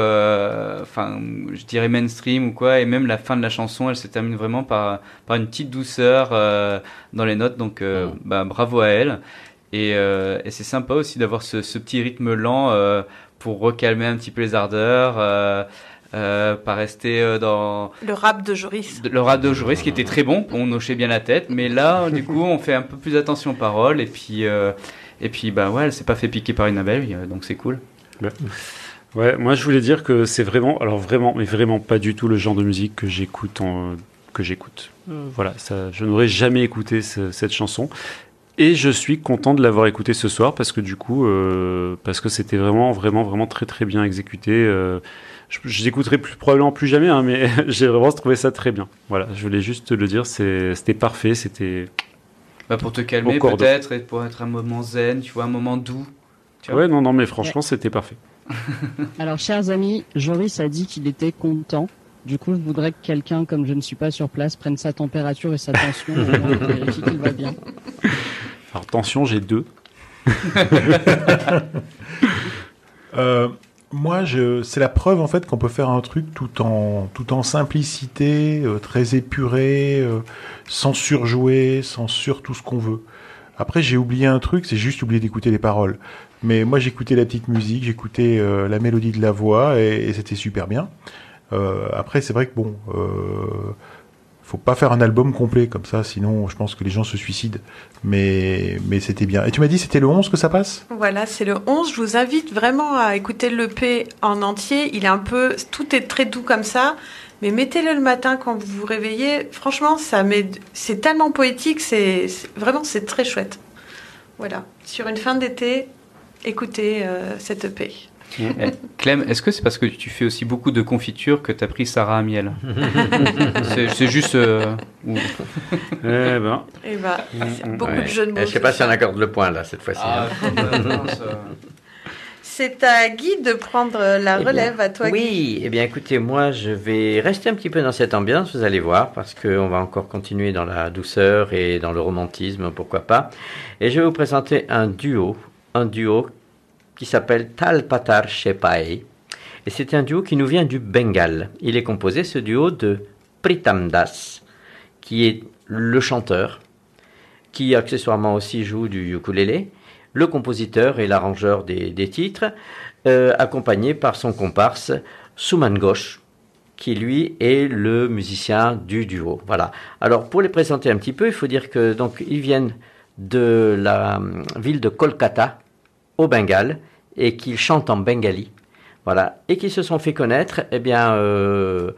que, enfin, euh, je dirais mainstream ou quoi, et même la fin de la chanson, elle se termine vraiment par par une petite douceur euh, dans les notes, donc euh, mmh. bah, bravo à elle. Et, euh, et c'est sympa aussi d'avoir ce, ce petit rythme lent euh, pour recalmer un petit peu les ardeurs, euh, euh, pas rester euh, dans le rap de Joris. Le rap de Joris qui était très bon, on hochait bien la tête, mais là, du coup, on fait un peu plus attention aux paroles, et puis euh, et puis bah ouais, elle s'est pas fait piquer par une abeille, donc c'est cool. Ouais. Ouais, moi je voulais dire que c'est vraiment, alors vraiment, mais vraiment pas du tout le genre de musique que j'écoute, en, que j'écoute. Mmh. Voilà, ça, je n'aurais jamais écouté ce, cette chanson, et je suis content de l'avoir écoutée ce soir parce que du coup, euh, parce que c'était vraiment, vraiment, vraiment très, très bien exécuté. Euh, je, je l'écouterai plus, probablement plus jamais, hein, mais j'ai vraiment trouvé ça très bien. Voilà, je voulais juste le dire, c'est, c'était parfait, c'était. Bah pour te calmer peut-être et pour être un moment zen, tu vois, un moment doux. Tu vois ouais, non, non, mais franchement, ouais. C'était parfait. Alors, chers amis, Joris a dit qu'il était content. Du coup, je voudrais que quelqu'un, comme je ne suis pas sur place, prenne sa température et sa tension et vérifie qu'il va bien. Alors, tension, j'ai deux. euh, moi, je, c'est la preuve en fait qu'on peut faire un truc tout en, tout en simplicité, euh, très épuré, euh, sans surjouer, sans sur tout ce qu'on veut. Après, j'ai oublié un truc, c'est juste oublié d'écouter les paroles. Mais moi, j'écoutais la petite musique, j'écoutais euh, la mélodie de la voix, et, et c'était super bien. Euh, après, c'est vrai que bon, euh, faut pas faire un album complet comme ça, sinon je pense que les gens se suicident. Mais, mais c'était bien. Et tu m'as dit c'était le onze que ça passe ? Voilà, c'est le onze. Je vous invite vraiment à écouter l'E P en entier. Il est un peu, tout est très doux comme ça, mais mettez-le le matin quand vous vous réveillez. Franchement, ça met, c'est tellement poétique, c'est, c'est vraiment c'est très chouette. Voilà, sur une fin d'été, écoutez euh, cette E P. Eh, Clem, est-ce que c'est parce que tu fais aussi beaucoup de confitures que tu as pris Sarah à miel? c'est, c'est juste... Euh, ou... eh ben, eh ben Mmh, beaucoup ouais. de jeux de mots. Je ne sais pas si on accorde le point, là, cette fois-ci. Ah, hein. C'est à Guy de prendre la Eh relève, bien, à toi, Guy. Oui, eh bien écoutez, moi je vais rester un petit peu dans cette ambiance, vous allez voir, parce qu'on va encore continuer dans la douceur et dans le romantisme, pourquoi pas. Et je vais vous présenter un duo, un duo qui s'appelle Talpatar Shepai. Et c'est un duo qui nous vient du Bengale. Il est composé, ce duo, de Pritam Das, qui est le chanteur, qui accessoirement aussi joue du ukulélé, le compositeur et l'arrangeur des, des titres, euh, accompagné par son comparse Suman Ghosh, qui lui est le musicien du duo. Voilà. Alors pour les présenter un petit peu, il faut dire que donc ils viennent de la euh, ville de Kolkata, au Bengale, et qu'ils chantent en bengali. Voilà. Et qu'ils se sont fait connaître, eh bien, euh,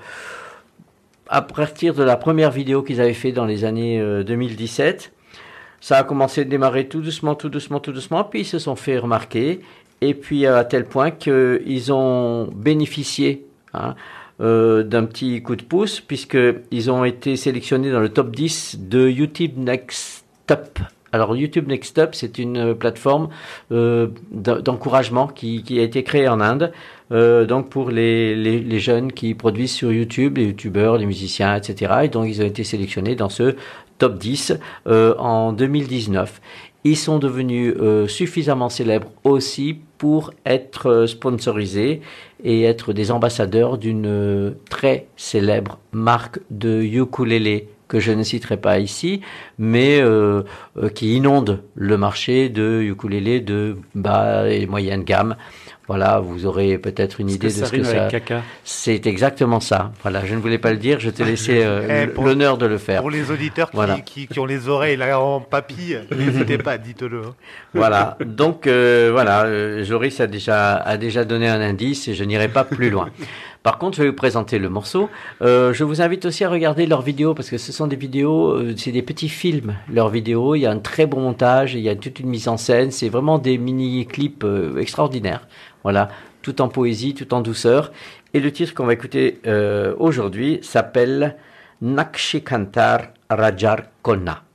à partir de la première vidéo qu'ils avaient fait dans les années euh, deux mille dix-sept. Ça a commencé à démarrer tout doucement, tout doucement, tout doucement, puis ils se sont fait remarquer, et puis à tel point qu'ils ont bénéficié hein, euh, d'un petit coup de pouce, puisqu'ils ont été sélectionnés dans le top dix de YouTube Next Up. Alors YouTube Next Up, c'est une plateforme euh, d'encouragement qui, qui a été créée en Inde, euh, donc pour les, les, les jeunes qui produisent sur YouTube, les youtubeurs, les musiciens, et cetera. Et donc ils ont été sélectionnés dans ce top dix euh, en deux mille dix-neuf. Ils sont devenus euh, suffisamment célèbres aussi pour être euh, sponsorisés et être des ambassadeurs d'une euh, très célèbre marque de ukulélé que je ne citerai pas ici, mais euh, euh, qui inonde le marché de ukulélé de bas et moyenne gamme. Voilà, vous aurez peut-être une Est-ce idée que de ça ce que rime ça... avec caca ? C'est exactement ça. Voilà, je ne voulais pas le dire, je te laissais euh, Eh, pour- l'honneur de le faire. Pour les auditeurs qui, Voilà. qui, qui ont les oreilles là en papille, n'hésitez pas, dites-le. hein. Voilà, donc euh, voilà, euh, Joris a déjà, a déjà donné un indice et je n'irai pas plus loin. Par contre, je vais vous présenter le morceau. Euh, je vous invite aussi à regarder leurs vidéos parce que ce sont des vidéos, euh, c'est des petits films. Leurs vidéos, il y a un très bon montage, il y a toute une mise en scène. C'est vraiment des mini-clips euh, extraordinaires. Voilà, tout en poésie, tout en douceur. Et le titre qu'on va écouter euh, aujourd'hui s'appelle Nakshikantar Rajar Konna.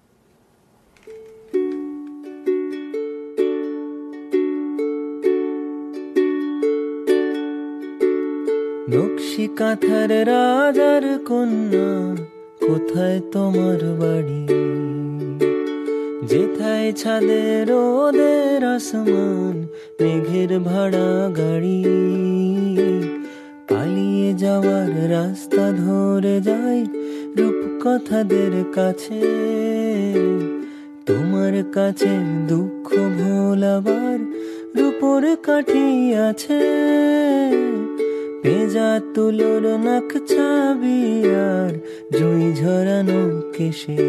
নকশি কাঁথার রাজার কন্যা কোথায় তোমার বাড়ি যেথায় ছাদে রোদের আসমান মেঘের ভাড়া গাড়ি পালিয়ে যাওয়ার রাস্তা ধরে যায় রূপকথাদের কাছে তোমার কাছে দুঃখ ভোলাবার রূপোর কাঠি আছে পেঁজা তুলোর নাক ছাবি আর জুই ঝরানো কেশে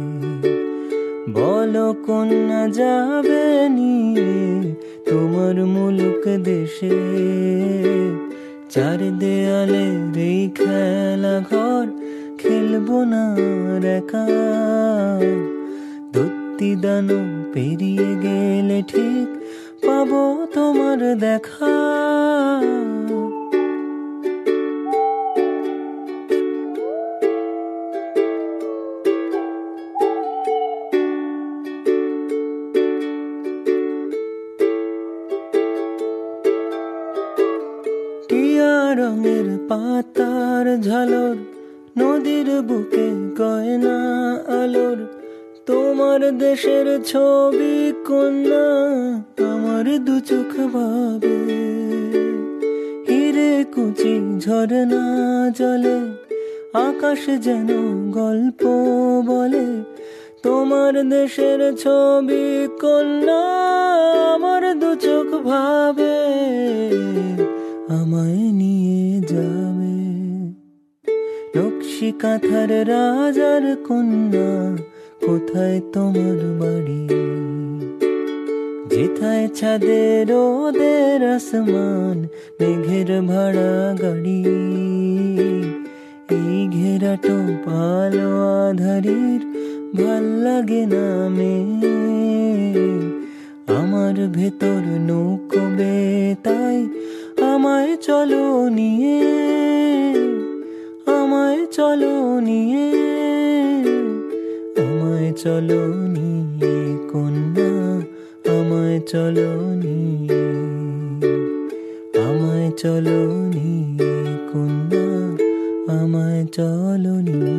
বলো কন্যা যাবে নিয়ে তোমার মুলুক দেশে চার দেয়ালে এই খেলা ঘর খেলবো না একা দত্তি দানো পেরিয়ে গেলে ঠিক পাবো তোমার দেখা রঙের পাতার ঝালর নদীর বুকে গয়না আলোর তোমার দেশের ছবি কন্যা আমার দু চোখ ভাবে হিরে কুচি ঝরনা জলে আকাশ যেন গল্প বলে তোমার দেশের ছবি কন্যা আমার দু চোখ ভাবে আমায় নিয়ে যাবে নকশি কাঁথার রাজার কন্যা কোথায় তোমার বাড়ি যেথায় ছাদের ওদের আসমান মেঘের ভাড়া গাড়ি এই ঘেরাটো পালো আধারির ভাল লাগে না মে আমার ভেতর নৌকবে তাই আমায় চলো নিয়ে আমায় চলো নিয়ে আমায় চলো নিয়ে কন্যা আমায় চলো নিয়ে আমায় চলো নিয়ে কন্যা আমায় চলো নিয়ে.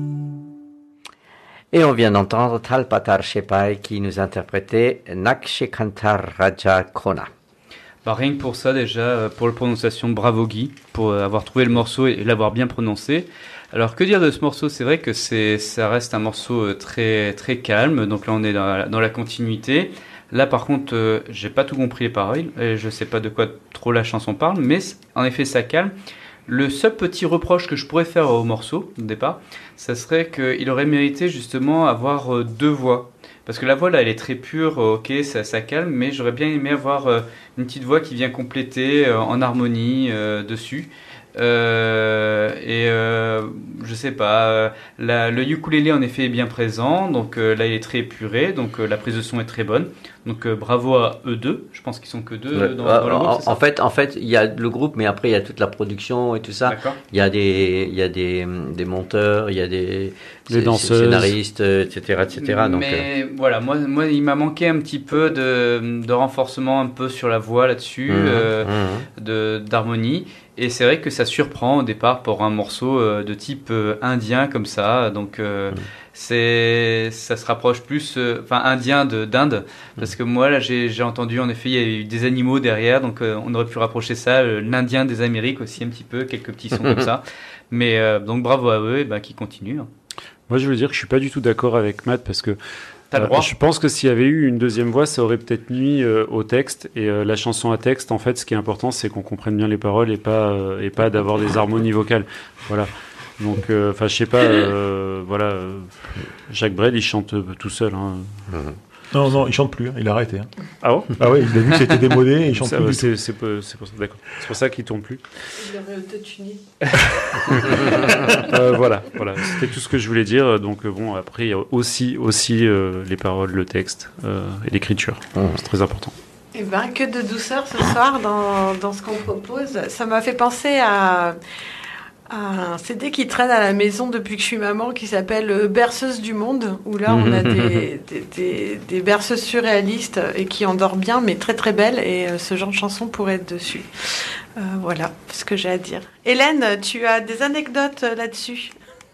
Et on vient d'entendre Talpatar Shepai qui nous interprétait Nakshikantar Raja Krona. Bah, rien que pour ça déjà, pour la prononciation, bravo Guy, pour avoir trouvé le morceau et l'avoir bien prononcé. Alors que dire de ce morceau? C'est vrai que c'est, ça reste un morceau très, très calme, donc là on est dans la, dans la continuité. Là par contre, euh, j'ai pas tout compris les paroles, et je sais pas de quoi trop la chanson parle, mais en effet ça calme. Le seul petit reproche que je pourrais faire au morceau, au départ, ça serait qu'il aurait mérité justement avoir euh, deux voix. Parce que la voix là elle est très pure, ok ça, ça calme, mais j'aurais bien aimé avoir euh, une petite voix qui vient compléter euh, en harmonie euh, dessus. Euh, et euh, je sais pas, euh, la, le ukulélé en effet est bien présent, donc euh, là il est très épuré, donc euh, la prise de son est très bonne. Donc euh, bravo à eux deux, je pense qu'ils sont que deux Ouais. dans, Ah, dans le groupe. en, c'est ça en fait, en fait, il y a le groupe, mais après il y a toute la production et tout ça. D'accord. Il y a des, il y a des, des monteurs, il y a des, Des scé- danseuses. scénaristes, et cetera, et cetera. Donc, euh, Mais voilà, moi, moi il m'a manqué un petit peu de, de renforcement un peu sur la voix là-dessus, Mhm, euh, mhm. de, d'harmonie. Et c'est vrai que ça surprend au départ pour un morceau euh, de type euh, indien comme ça. Donc euh, Mhm. c'est, ça se rapproche plus, euh, enfin indien de, d'Inde. Parce que moi là j'ai, j'ai entendu en effet il y a eu des animaux derrière, donc euh, on aurait pu rapprocher ça, euh, l'Indien des Amériques aussi un petit peu, quelques petits sons comme ça. Mais euh, donc bravo à eux et ben qui continuent. hein. Moi, je veux dire que je suis pas du tout d'accord avec Matt parce que T'as le euh, droit. je pense que s'il y avait eu une deuxième voix, ça aurait peut-être nuit euh, au texte. Et euh, la chanson à texte, en fait, ce qui est important, c'est qu'on comprenne bien les paroles et pas euh, et pas d'avoir des harmonies vocales. Voilà. Donc, enfin, je sais pas. euh, voilà. euh, Jacques Brel, il chante euh, tout seul. Hein. Non, non, il chante plus, hein, il a arrêté. Hein. Ah bon? Ah ouais, il a vu que c'était démodé et il chante Ça, plus. du c'est, tout. c'est, pas- c'est pour ça, d'accord. C'est pour ça qu'il tourne plus. Il aurait autotuné. Euh, voilà, voilà, c'était tout ce que je voulais dire. Donc euh, bon, après il y a aussi aussi euh, les paroles, le texte euh, et l'écriture. C'est très important. Eh ben, que de douceur ce soir dans, dans ce qu'on propose. Ça m'a fait penser à, à un C D qui traîne à la maison depuis que je suis maman, qui s'appelle euh, Berceuse du monde, où là on a des, des, des, des berceuses surréalistes et qui endorment bien, mais très très belles, et euh, ce genre de chanson pourrait être dessus. Euh, voilà ce que j'ai à dire. Hélène, tu as des anecdotes euh, là-dessus?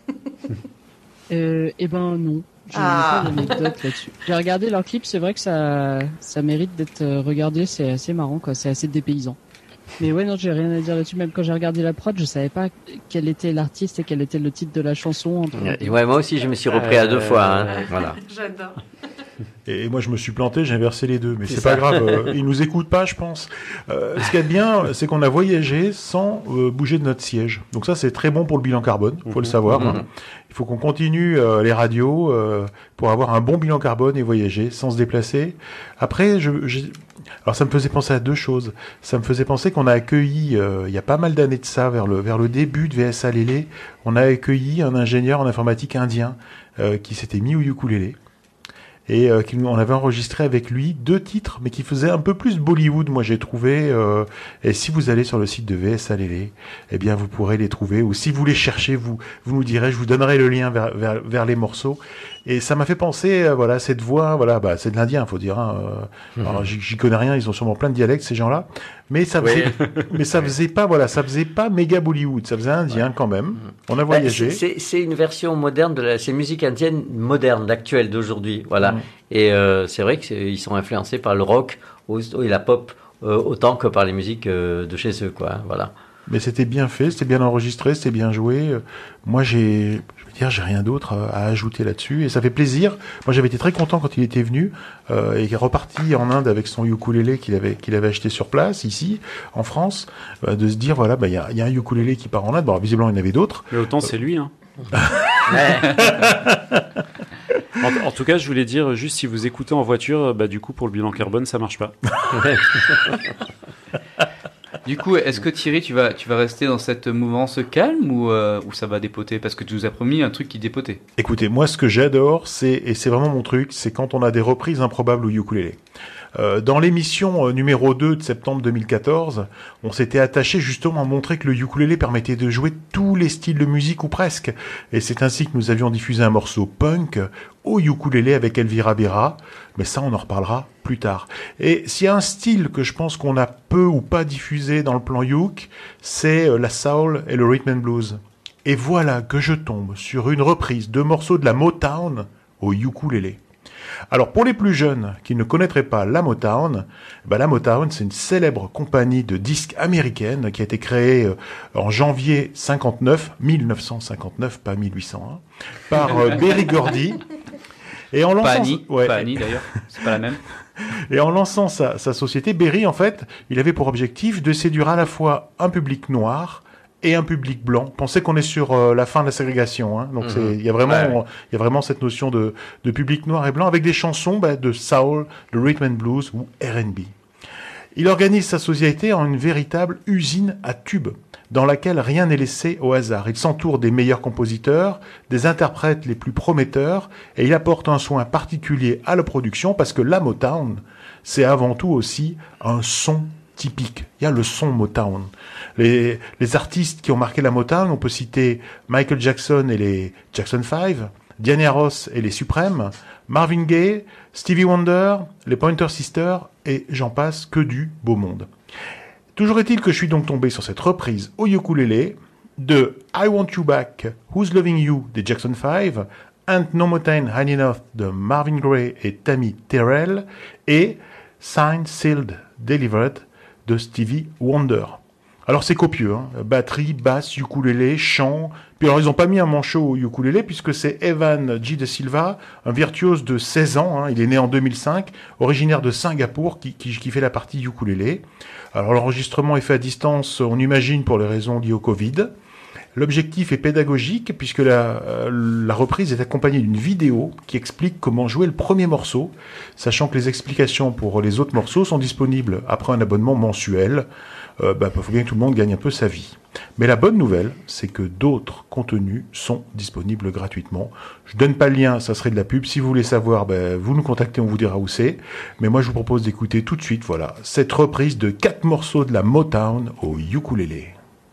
Euh, eh ben non. Je Ah. n'ai pas d'anecdote là-dessus. J'ai regardé leur clip, c'est vrai que ça, ça mérite d'être euh, regardé, c'est assez marrant, quoi. C'est assez dépaysant. Mais ouais, non, j'ai rien à dire là-dessus. Même quand j'ai regardé la prod, je savais pas quel était l'artiste et quel était le titre de la chanson. entre les deux. Ouais, moi aussi, je me suis repris à deux fois. Hein. Voilà. J'adore. Et, et moi, je me suis planté, j'ai inversé les deux. Mais C'est c'est ça. pas grave, euh, ils nous écoutent pas, je pense. Euh, ce qu'il y a de bien, c'est qu'on a voyagé sans euh, bouger de notre siège. Donc ça, c'est très bon pour le bilan carbone, faut Mhm. le savoir. Mhm. hein. Il faut qu'on continue euh, les radios euh, pour avoir un bon bilan carbone et voyager sans se déplacer. Après, je, j'ai- alors ça me faisait penser à deux choses. Ça me faisait penser qu'on a accueilli, euh, il y a pas mal d'années de ça, vers le, vers le début de V S A Lélé, on a accueilli un ingénieur en informatique indien euh, qui s'était mis au ukulélé. Et euh, qu'il- on avait enregistré avec lui deux titres, mais qui faisaient un peu plus Bollywood, moi j'ai trouvé. Euh, et si vous allez sur le site de V S A Lélé, eh bien vous pourrez les trouver. Ou si vous les cherchez, vous vous nous direz, je vous donnerai le lien vers, vers, vers les morceaux. Et ça m'a fait penser, euh, voilà, cette voix, voilà, bah c'est de l'indien, faut dire. Hein, euh, alors j'y j'y connais rien, ils ont sûrement plein de dialectes ces gens-là, mais ça faisait, mais ça faisait pas, voilà, ça faisait pas méga Bollywood, ça faisait indien quand même. On a Bah, voyagé. c'est- C'est c'est une version moderne de la, c'est une musique indienne moderne, l'actuelle d'aujourd'hui, voilà. Mhm. Et euh, c'est vrai qu'ils sont influencés par le rock au- et la pop euh, autant que par les musiques euh, de chez eux, quoi. Voilà. Mais c'était bien fait, c'était bien enregistré, c'était bien joué. Euh, Moi, j'ai, je veux dire, j'ai rien d'autre à, à ajouter là-dessus, et ça fait plaisir. Moi, j'avais été très content quand il était venu euh, et qu'il est reparti en Inde avec son ukulélé qu'il avait qu'il avait acheté sur place ici, en France, euh, de se dire voilà, bah il y a, il y a un ukulélé qui part en Inde. Bon, alors, visiblement, il y en avait d'autres. Mais autant c'est lui, hein. en, en tout cas, je voulais dire, juste si vous écoutez en voiture, bah, du coup, pour le bilan carbone, ça marche pas. Du coup, est-ce que Thierry, tu vas, tu vas rester dans cette mouvance calme ou, euh, ou ça va dépoter? Parce que tu nous as promis un truc qui dépotait. Écoutez, moi, ce que j'adore, c'est, et c'est vraiment mon truc, c'est quand on a des reprises improbables au ukulélé. Euh, dans l'émission euh, numéro deux de septembre deux mille quatorze, on s'était attaché justement à montrer que le ukulélé permettait de jouer tous les styles de musique ou presque. Et c'est ainsi que nous avions diffusé un morceau punk au ukulélé avec Elvira Bera. Mais ça, on en reparlera plus tard. Et s'il y a un style que je pense qu'on a peu ou pas diffusé dans le plan Uke, c'est euh, la soul et le rhythm and blues. Et voilà que je tombe sur une reprise de morceaux de la Motown au ukulélé. Alors pour les plus jeunes qui ne connaîtraient pas la Motown, ben la Motown c'est une célèbre compagnie de disques américaine qui a été créée euh, en janvier cinquante-neuf, mille neuf cent cinquante-neuf, pas mille huit cent un, par euh, Berry Gordy. Et en lançant, pas Annie, ouais. pas Annie d'ailleurs, c'est pas la même. Et en lançant sa, sa société, Berry en fait, il avait pour objectif de séduire à la fois un public noir et un public blanc. Pensez qu'on est sur euh, la fin de la ségrégation, hein. Donc Mhm. c'est, il y a vraiment, Ouais, ouais. il y a vraiment cette notion de, de public noir et blanc avec des chansons bah, de soul, de rhythm and blues ou R and B. Il organise sa société en une véritable usine à tubes, dans laquelle rien n'est laissé au hasard. Il s'entoure des meilleurs compositeurs, des interprètes les plus prometteurs, et il apporte un soin particulier à la production parce que la Motown, c'est avant tout aussi un son typique. Il y a le son Motown. Les, les artistes qui ont marqué la Motown, on peut citer Michael Jackson et les Jackson five, Diana Ross et les Supremes, Marvin Gaye, Stevie Wonder, les Pointer Sisters, et j'en passe, que du beau monde. Toujours est-il que je suis donc tombé sur cette reprise au ukulélé de I Want You Back, Who's Loving You des Jackson five, Ain't No Mountain High Enough de Marvin Gaye et Tammy Terrell, et Signed, Sealed, Delivered de Stevie Wonder. Alors c'est copieux, hein. Batterie, basse, ukulélé, chant. Puis alors ils n'ont pas mis un manchot au ukulélé puisque c'est Evan G. De Silva, un virtuose de seize ans, hein. Il est né en deux mille cinq, originaire de Singapour, qui, qui, qui fait la partie ukulélé. Alors l'enregistrement est fait à distance, on imagine pour les raisons liées au Covid. L'objectif est pédagogique puisque la, euh, la reprise est accompagnée d'une vidéo qui explique comment jouer le premier morceau, sachant que les explications pour les autres morceaux sont disponibles après un abonnement mensuel. Euh, bah, faut bien que tout le monde gagne un peu sa vie. Mais la bonne nouvelle, c'est que d'autres contenus sont disponibles gratuitement. Je donne pas le lien, ça serait de la pub. Si vous voulez savoir, bah, vous nous contactez, on vous dira où c'est. Mais moi, je vous propose d'écouter tout de suite, voilà, cette reprise de quatre morceaux de la Motown au ukulélé.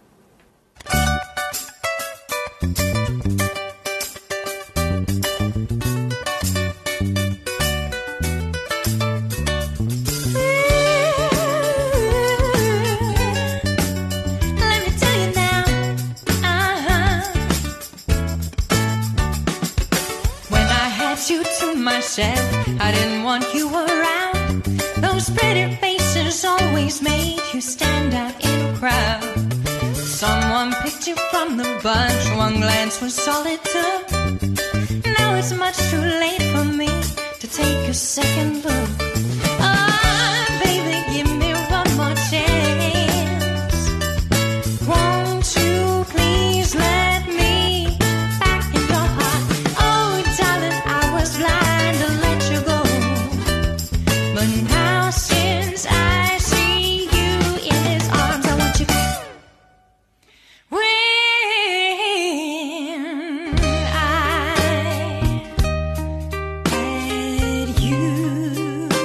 I didn't want you around. Those pretty faces always made you stand out in a crowd. Someone picked you from the bunch. One glance was all it took. Now it's much too late for me to take a second look. Ah, baby, give me one more chance. Won't you please let me back in your heart? Oh, darling, I was blind. But now since I see you in his arms, I want you back. When I had you,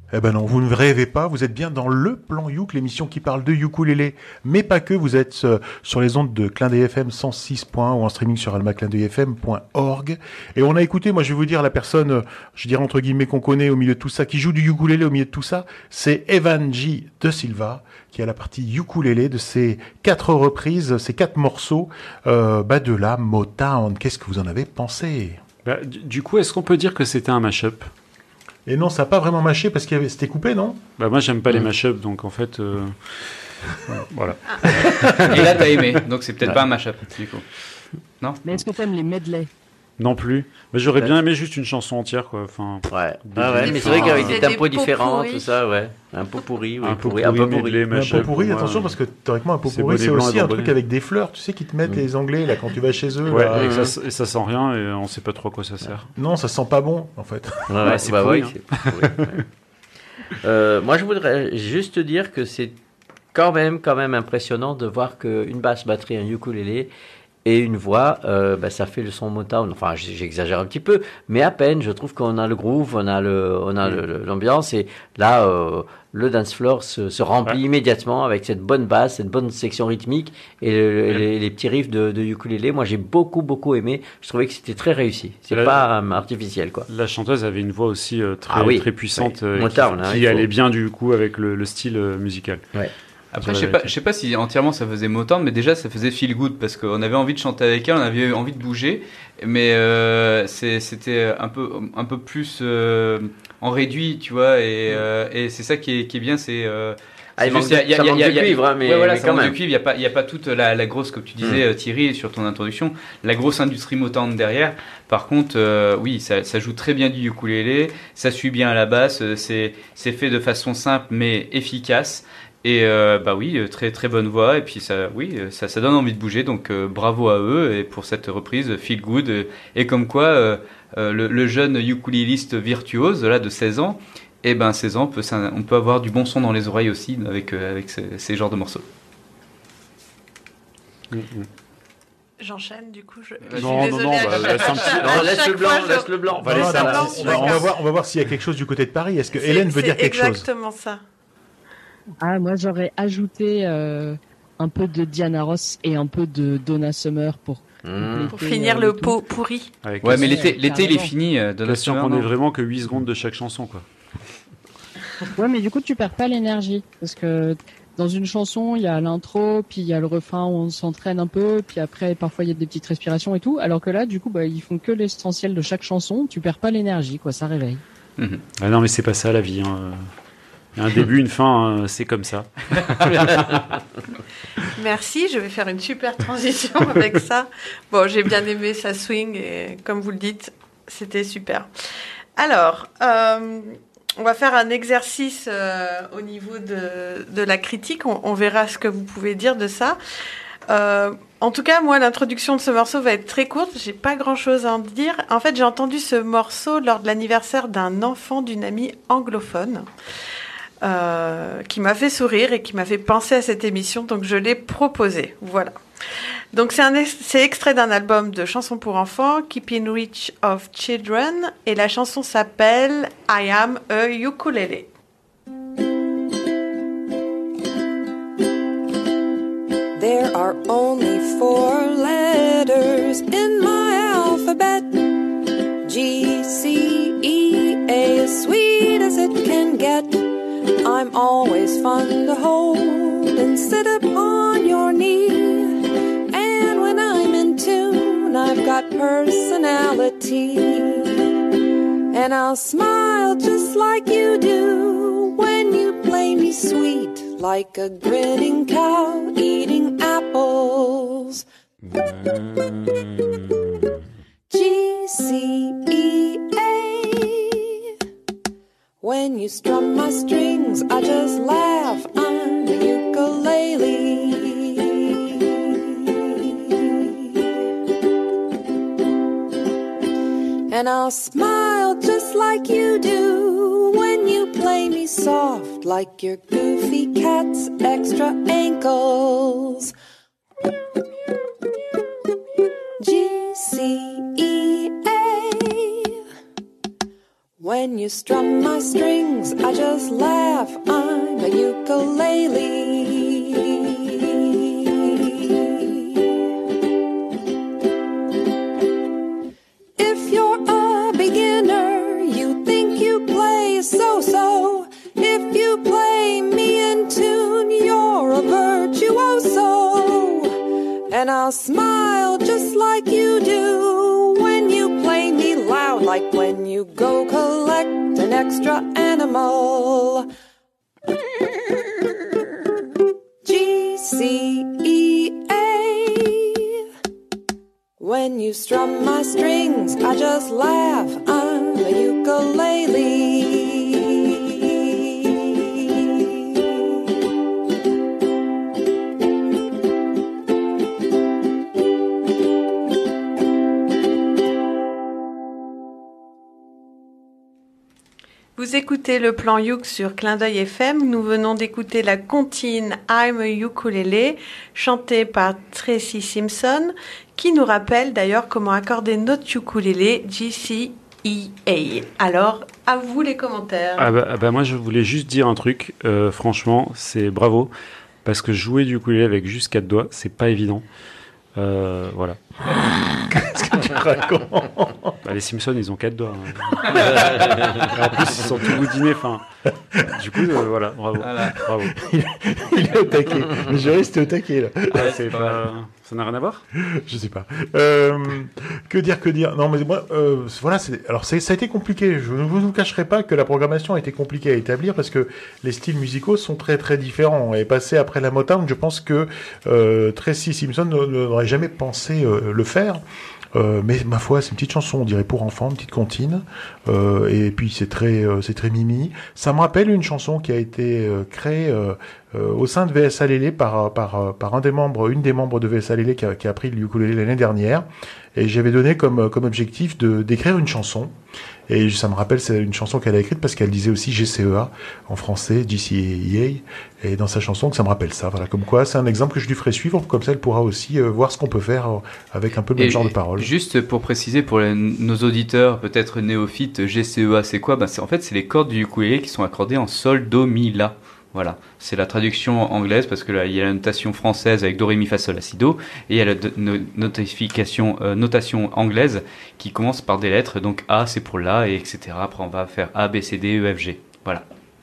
Eh ben non, vous ne rêvez pas, vous êtes bien dans le plan Youk, l'émission qui parle de ukulélé, mais pas que, vous êtes euh, sur les ondes de Clin d'œil F M cent six point un ou en streaming sur alma clin d'œil f m point org. Et on a écouté, moi je vais vous dire, la personne, euh, je dirais entre guillemets qu'on connaît au milieu de tout ça, qui joue du ukulélé au milieu de tout ça, c'est Evan G. De Silva, qui a la partie ukulélé de ces quatre reprises, ces quatre morceaux euh, bah, de la Motown. Qu'est-ce que vous en avez pensé ? Bah, du, du coup, est-ce qu'on peut dire que c'était un mash-up ? Et non, ça n'a pas vraiment mâché parce que c'était coupé, non ? Bah moi, j'aime pas mmh. les mash-up, donc en fait, euh... voilà. Et là, t'as aimé, donc c'est peut-être ouais. pas un mash-up, du coup. Non ? Mais est-ce que t'aimes les medleys ? Non plus. Mais j'aurais bien aimé juste une chanson entière, quoi. Enfin, ouais. Ah ouais, mais c'est vrai qu'avec des tempos différents, tout ça, ouais. Un pot pourri, oui. Un pot pourri, un pot pourri. Un pot pourri, attention, parce que théoriquement, un pot pourri, c'est aussi un truc avec des fleurs, tu sais, qui te mettent les Anglais, là, quand tu vas chez eux. Ouais, et ça, et ça sent rien, et on sait pas trop à quoi ça sert. Non, ça sent pas bon, en fait. Ouais, c'est pourri. Moi, je voudrais juste dire que c'est quand même, quand même impressionnant de voir qu'une basse batterie, un ukulélé, et une voix, euh, bah, ça fait le son Motown. Enfin, j'exagère un petit peu, mais à peine. Je trouve qu'on a le groove, on a le, on a le, l'ambiance, et là, euh, le dance floor se, se remplit ouais. immédiatement avec cette bonne basse, cette bonne section rythmique et le, ouais. les, les petits riffs de, de ukulélé. Moi, j'ai beaucoup, beaucoup aimé. Je trouvais que c'était très réussi. C'est la, pas euh, artificiel, quoi. La chanteuse avait une voix aussi euh, très, ah oui, très puissante, oui. euh, Motown, qui, hein, qui allait bien du coup avec le, le style euh, musical. Ouais. Après, je sais pas, je sais pas si entièrement ça faisait Motown, mais déjà ça faisait feel good parce qu'on avait envie de chanter avec elle, on avait envie de bouger, mais euh, c'est, c'était un peu, un peu plus euh, en réduit, tu vois, et, euh, et c'est ça qui est, qui est bien, c'est. Euh, Ah, il manque, y a, y a, ça manque y a, de cuivre, hein, mais, ouais, voilà, mais ça quand manque même. de cuivre. Il n'y a pas, il y a pas toute la, la grosse, comme tu disais, mmh. Thierry, sur ton introduction, la grosse industrie Motown derrière. Par contre, euh, oui, ça, ça joue très bien du ukulélé, ça suit bien à la basse, c'est, c'est fait de façon simple mais efficace. Et euh, bah oui, très très bonne voix. Et puis ça, oui, ça, ça donne envie de bouger. Donc euh, bravo à eux et pour cette reprise, feel good. Et, et comme quoi, euh, euh, le, le jeune ukuléliste virtuose là de seize ans. Et ben seize ans, on peut, on peut avoir du bon son dans les oreilles aussi avec, euh, avec ces, ces genres de morceaux. Mm-hmm. J'enchaîne du coup. Je, je non, suis non, désolée. non, bah, laisse, un petit... non laisse le blanc, je... laisse le blanc. On va, non, non, on, on va voir, on va voir s'il y a quelque chose du côté de Paris. Est-ce que c'est, Hélène veut dire quelque chose ? C'est exactement ça. Ah, moi j'aurais ajouté euh, un peu de Diana Ross et un peu de Donna Summer pour. Mmh. Pour finir euh, le pot pourri. Avec ouais, mais l'été, l'été il est fini. Euh, de la question qu'on ait vraiment que huit secondes de chaque chanson, quoi. Ouais, mais du coup, tu perds pas l'énergie. Parce que dans une chanson, il y a l'intro, puis il y a le refrain où on s'entraîne un peu, puis après, parfois, il y a des petites respirations et tout. Alors que là, du coup, bah, ils font que l'essentiel de chaque chanson. Tu perds pas l'énergie, quoi. Ça réveille. Mmh. Ah non, mais c'est pas ça la vie. Hein. Il y a un début, une fin, euh, c'est comme ça. Merci, je vais faire une super transition avec ça. Bon, j'ai bien aimé sa swing et comme vous le dites, c'était super. Alors, euh, on va faire un exercice euh, au niveau de, de la critique. On, on verra ce que vous pouvez dire de ça. Euh, en tout cas, moi, l'introduction de ce morceau va être très courte. J'ai pas grand-chose à en dire. En fait, j'ai entendu ce morceau lors de l'anniversaire d'un enfant d'une amie anglophone. Euh, qui m'a fait sourire et qui m'a fait penser à cette émission, donc je l'ai proposé. Voilà. Donc c'est, un ex- c'est extrait d'un album de chansons pour enfants, Keeping Reach of Children, et la chanson s'appelle I Am a Ukulele. There are only four letters in my alphabet, G, C, E, A, as sweet as it can get. I'm always fun to hold and sit upon your knee. And when I'm in tune, I've got personality. And I'll smile just like you do when you play me sweet, like a grinning cow eating apples. G, C, E, A. When you strum my strings, I just laugh on the ukulele. And I'll smile just like you do when you play me soft, like your goofy cat's extra ankles. G, C, E, A. When you strum my strings, I just laugh. I'm a ukulele. If you're a beginner, you think you play so-so. If you play me in tune, you're a virtuoso. And I'll smile just like you do when you play me loud, like when you go collect an extra animal. G C E A. When you strum my strings, I just laugh. I'm a ukulele. Vous écoutez le plan Youk sur Clin d'œil F M. Nous venons d'écouter la comptine I'm a Ukulele, chantée par Tracy Simpson, qui nous rappelle d'ailleurs comment accorder notre ukulélé G C E A. Alors, à vous les commentaires. Ah bah, ah bah moi, je voulais juste dire un truc. Euh, franchement, c'est bravo. Parce que jouer du ukulélé avec juste quatre doigts, c'est pas évident. Euh, voilà. Qu'est-ce que tu racontes? Bah, les Simpsons, ils ont quatre doigts. Hein. En plus, ils sont tout boudinés. Enfin, du coup, euh, voilà, bravo. Voilà. bravo. Il, il est au taquet. Le juriste est au taquet, là. Ouais, c'est pas... Ça n'a rien à voir? Je sais pas. Euh, que dire, que dire? Non, mais moi, euh, voilà, c'est, alors c'est, ça a été compliqué. Je ne vous cacherai pas que la programmation a été compliquée à établir parce que les styles musicaux sont très très différents. Et passer après la Motown, je pense que euh, Tracy Simpson n'aurait jamais pensé euh, le faire. Euh, mais ma foi, c'est une petite chanson, on dirait pour enfants, une petite comptine, euh, et puis c'est très, euh, c'est très mimi. Ça me rappelle une chanson qui a été euh, créée euh, euh, au sein de V S A Lélé par par par un des membres, une des membres de V S A Lélé qui a, qui a appris le ukulélé l'année dernière, et j'avais donné comme comme objectif de d'écrire une chanson. Et ça me rappelle, c'est une chanson qu'elle a écrite parce qu'elle disait aussi G C E A en français, G C E A, et dans sa chanson que ça me rappelle ça. Voilà, comme quoi, c'est un exemple que je lui ferai suivre, comme ça elle pourra aussi euh, voir ce qu'on peut faire euh, avec un peu le même Et genre de paroles. Juste pour préciser pour les, nos auditeurs, peut-être néophytes, G C E A c'est quoi? Ben c'est, en fait, c'est les cordes du ukulélé qui sont accordées en sol, do, mi, la. Voilà, c'est la traduction anglaise parce que là il y a la notation française avec do, ré, mi, fa, sol, la, si, do, et il y a la de, no, notification, euh, notation anglaise qui commence par des lettres, donc A c'est pour la, et etc. Après on va faire A, B, C, D, E, F, G. Voilà.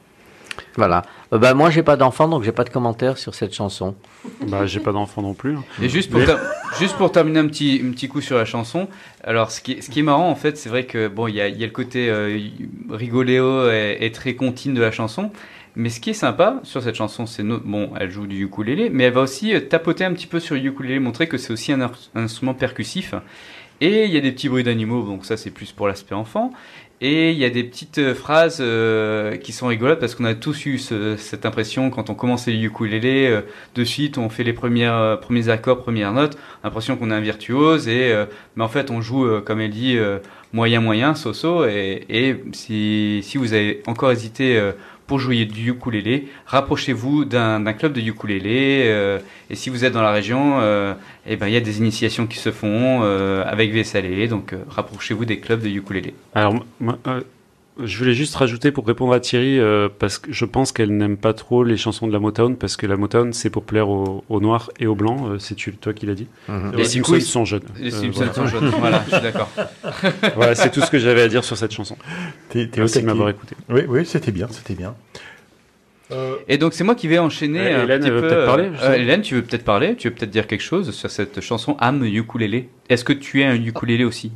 Voilà. Euh, bah, moi, j'ai pas d'enfant, donc j'ai pas de commentaires sur cette chanson. Bah, j'ai pas d'enfant non plus. Et juste pour, Mais... ter- juste pour terminer un petit, un petit coup sur la chanson, alors ce qui est, ce qui est marrant en fait, c'est vrai que bon, il y a, y a le côté euh, rigoléo et, et très contine de la chanson. Mais ce qui est sympa sur cette chanson, c'est no- bon, elle joue du ukulélé, mais elle va aussi euh, tapoter un petit peu sur le ukulélé, montrer que c'est aussi un, ar- un instrument percussif. Et il y a des petits bruits d'animaux, donc ça c'est plus pour l'aspect enfant. Et il y a des petites euh, phrases euh, qui sont rigolotes parce qu'on a tous eu ce, cette impression quand on commençait le ukulélé, euh, de suite on fait les premières, euh, premiers accords, premières notes, l'impression qu'on est un virtuose, et, euh, mais en fait on joue, euh, comme elle dit, euh, moyen moyen, so-so, et, et si, si vous avez encore hésité euh, pour jouer du ukulélé, rapprochez-vous d'un, d'un club de ukulélé, euh, et si vous êtes dans la région, euh, eh ben, il y a des initiations qui se font euh, avec V S A Lélé, donc euh, rapprochez-vous des clubs de ukulélé. Alors, moi, euh, je voulais juste rajouter pour répondre à Thierry, euh, parce que je pense qu'elle n'aime pas trop les chansons de la Motown, parce que la Motown, c'est pour plaire aux, aux Noirs et aux Blancs, euh, c'est tu, toi qui l'as dit. Mm-hmm. Les Simpsons ils sont jeunes. Les Euh, Simpsons voilà. sont jeunes, voilà, je suis d'accord. Voilà, c'est tout ce que j'avais à dire sur cette chanson. T'es, t'es Merci au de taquet. m'avoir écouté. Oui, oui, c'était bien, c'était bien. Euh, Et donc c'est moi qui vais enchaîner Euh, un Hélène, petit elle veut peu. peut-être parler, je sais. euh, Hélène, tu veux peut-être parler, tu veux peut-être dire quelque chose sur cette chanson I'm a Ukulélé. Est-ce que tu es un ukulélé aussi?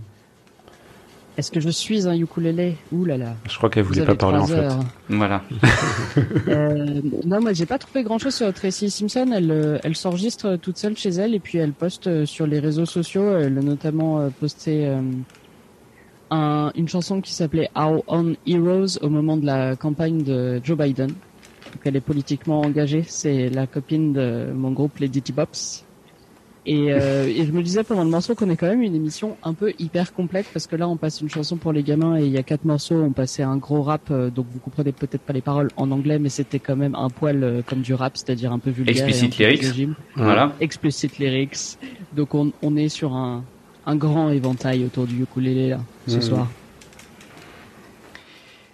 Est-ce que je suis un ukulélé? Ouh là là. Je crois qu'elle Vous voulait avez pas parler en trois fait. heures. Voilà. Euh, non, moi j'ai pas trouvé grand chose sur Tracy Simpson. Elle, euh, elle s'enregistre toute seule chez elle et puis elle poste euh, sur les réseaux sociaux. Elle a notamment euh, posté euh, un, une chanson qui s'appelait Our Own Heroes au moment de la campagne de Joe Biden. Donc elle est politiquement engagée. C'est la copine de mon groupe les Ditty Bops. Et, euh, et je me disais pendant le morceau qu'on est quand même une émission un peu hyper complète parce que là on passe une chanson pour les gamins et il y a quatre morceaux, on passait un gros rap, euh, donc vous comprenez peut-être pas les paroles en anglais, mais c'était quand même un poil euh, comme du rap, c'est-à-dire un peu vulgaire. Explicit et un peu lyrics. régime. Voilà. Explicit lyrics. Donc on, on est sur un, un grand éventail autour du ukulélé là ce Mmh. soir.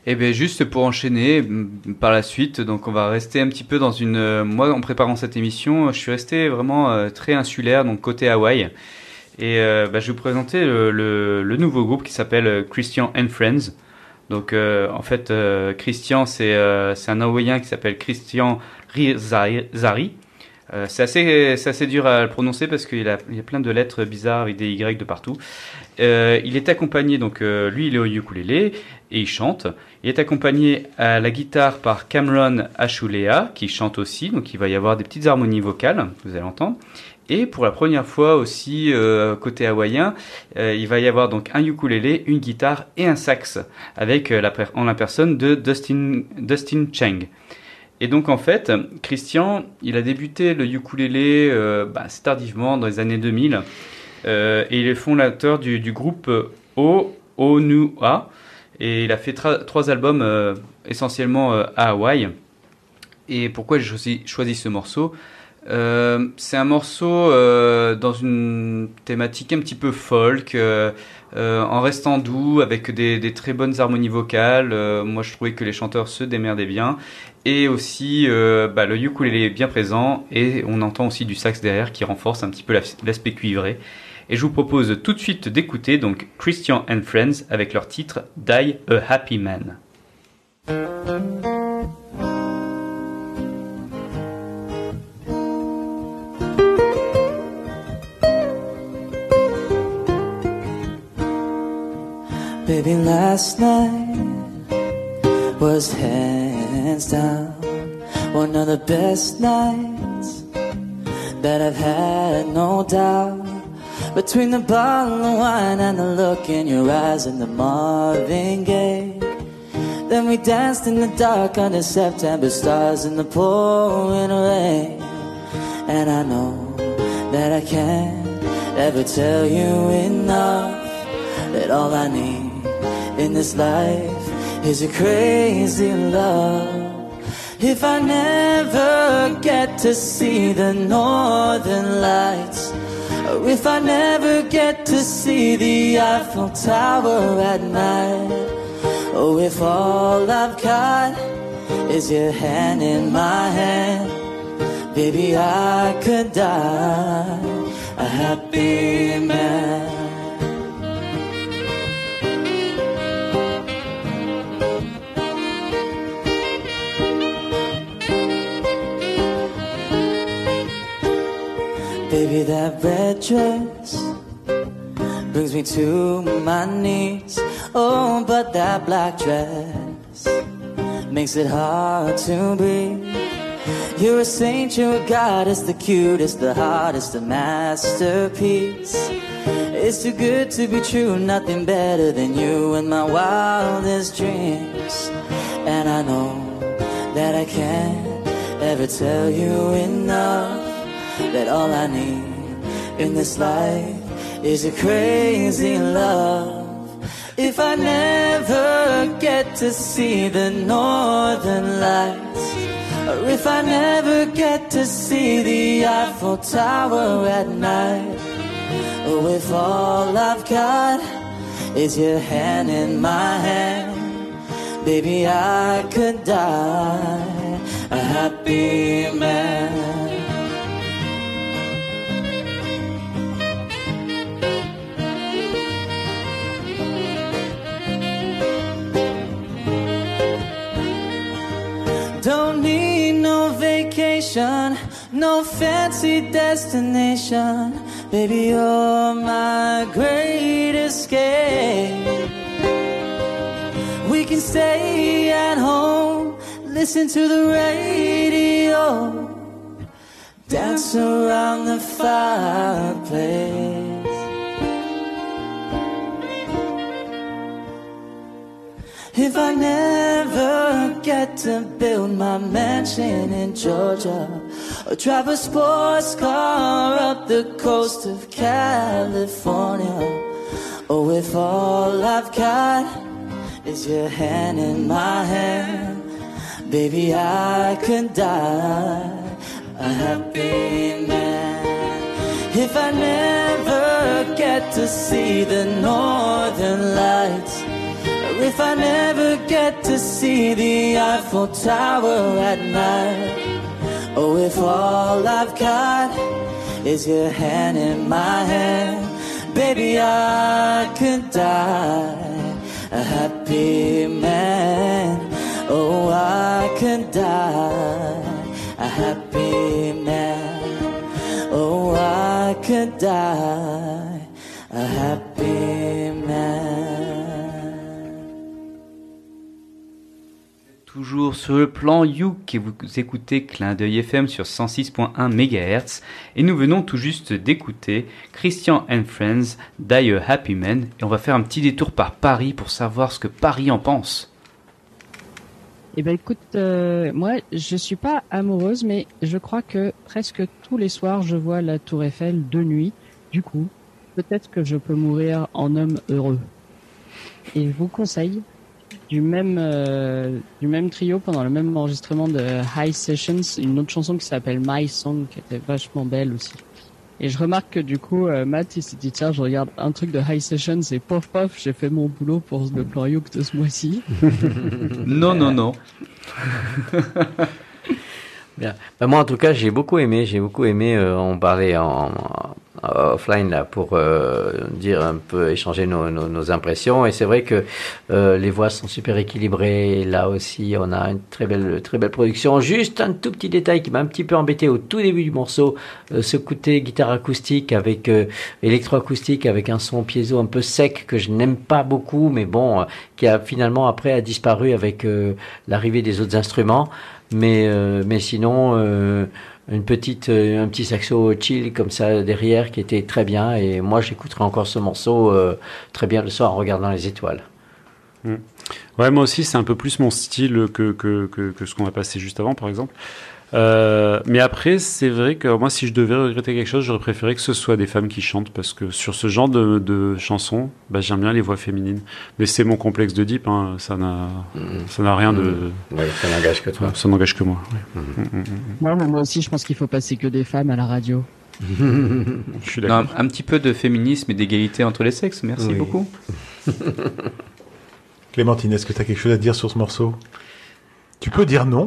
Et bien juste pour enchaîner m- par la suite, donc on va rester un petit peu dans une... euh, moi en préparant cette émission, je suis resté vraiment euh, très insulaire, donc côté Hawaï. Et euh, bah, je vais vous présenter le, le, le nouveau groupe qui s'appelle euh, Christian and Friends. Donc euh, en fait euh, Christian c'est, euh, c'est un Hawaïen qui s'appelle Christian Rizari. Euh, c'est, assez, c'est assez dur à le prononcer parce qu'il a, il y a plein de lettres bizarres avec des Y de partout. Euh, il est accompagné, donc euh, lui il est au ukulélé et il chante. Il est accompagné à la guitare par Cameron Ashulea qui chante aussi, donc il va y avoir des petites harmonies vocales, vous allez entendre. Et pour la première fois aussi euh, côté hawaïen, euh, il va y avoir donc un ukulélé, une guitare et un sax avec euh, la, en la personne de Dustin, Dustin Cheng. Et donc en fait, Christian, il a débuté le ukulélé euh, bah, assez tardivement dans les années deux mille euh, et il est fondateur du, du groupe O Onua et il a fait tra- trois albums euh, essentiellement euh, à Hawaï. Et pourquoi j'ai choisi, choisi ce morceau ? Euh, c'est un morceau euh, dans une thématique un petit peu folk, euh, euh, en restant doux, avec des, des très bonnes harmonies vocales. Euh, moi, je trouvais que les chanteurs se démerdaient bien. Et aussi, euh, bah, le ukulélé est bien présent et on entend aussi du sax derrière qui renforce un petit peu la, l'aspect cuivré. Et je vous propose tout de suite d'écouter donc Christian and Friends avec leur titre Die a Happy Man. Baby, last night was hands down one of the best nights that I've had, no doubt. Between the bottle of wine and the look in your eyes and the Marvin Gaye, then we danced in the dark under September stars in the pouring rain. And I know that I can't ever tell you enough that all I need in this life is a crazy love. If I never get to see the northern lights, or if I never get to see the Eiffel Tower at night, oh, if all I've got is your hand in my hand, baby, I could die a happy man. Baby, that red dress brings me to my knees. Oh, but that black dress makes it hard to breathe. You're a saint, you're a goddess, the cutest, the hottest, a masterpiece. It's too good to be true, nothing better than you in my wildest dreams. And I know that I can't ever tell you enough that all I need in this life is a crazy love. If I never get to see the northern lights, or if I never get to see the Eiffel Tower at night, or if all I've got is your hand in my hand, baby, I could die a happy man. Don't need no vacation, no fancy destination. Baby, you're my great escape. We can stay at home, listen to the radio, dance around the fireplace. If I never get to build my mansion in Georgia, or drive a sports car up the coast of California, oh, if all I've got is your hand in my hand, baby, I could die a happy man. If I never get to see the northern lights, if I never get to see the Eiffel Tower at night. Oh, if all I've got is your hand in my hand, baby, I could die a happy man. Oh, I could die a happy man. Oh, I could die a happy man. Toujours sur le plan Youk et vous écoutez Clin d'œil F M sur cent six virgule un mégahertz et nous venons tout juste d'écouter Christian and Friends, Die a Happy Man, et on va faire un petit détour par Paris pour savoir ce que Paris en pense. Eh ben écoute, euh, moi je suis pas amoureuse, mais je crois que presque tous les soirs je vois la Tour Eiffel de nuit. Du coup, peut-être que je peux mourir en homme heureux. Et je vous conseille du même euh, du même trio pendant le même enregistrement de High Sessions, une autre chanson qui s'appelle My Song, qui était vachement belle aussi. Et je remarque que du coup, euh, Matt, il s'est dit, tiens, je regarde un truc de High Sessions et pof pof, j'ai fait mon boulot pour le plan Youk de ce mois-ci. Non, non, non. Bien. Ben moi, en tout cas, j'ai beaucoup aimé. J'ai beaucoup aimé. Euh, on parlait en, en offline là pour euh, dire un peu, échanger nos, nos, nos impressions. Et c'est vrai que euh, les voix sont super équilibrées. Et là aussi, on a une très belle, très belle production. Juste un tout petit détail qui m'a un petit peu embêté au tout début du morceau, euh, ce côté guitare acoustique avec euh, électroacoustique avec un son piezo un peu sec que je n'aime pas beaucoup, mais bon, euh, qui a finalement après a disparu avec euh, l'arrivée des autres instruments. Mais euh, mais sinon euh, une petite euh, un petit saxo chill comme ça derrière qui était très bien, et moi j'écouterai encore ce morceau euh, très bien le soir en regardant les étoiles. Mmh. Ouais, moi aussi c'est un peu plus mon style que que que, que ce qu'on a passé juste avant par exemple. Euh, mais après, c'est vrai que moi, si je devais regretter quelque chose, j'aurais préféré que ce soit des femmes qui chantent, parce que sur ce genre de, de chansons, bah, j'aime bien les voix féminines. Mais c'est mon complexe de Deep, hein, ça n'a, mmh. ça n'a rien de. Mmh. Ouais, ça n'engage que toi. Ça n'engage que moi. Ouais. Mmh. Mmh. Non, mais moi aussi, je pense qu'il faut passer que des femmes à la radio. Je suis d'accord. Non, un petit peu de féminisme et d'égalité entre les sexes, merci oui. beaucoup. Clémentine, est-ce que tu as quelque chose à dire sur ce morceau ? Tu peux dire non ?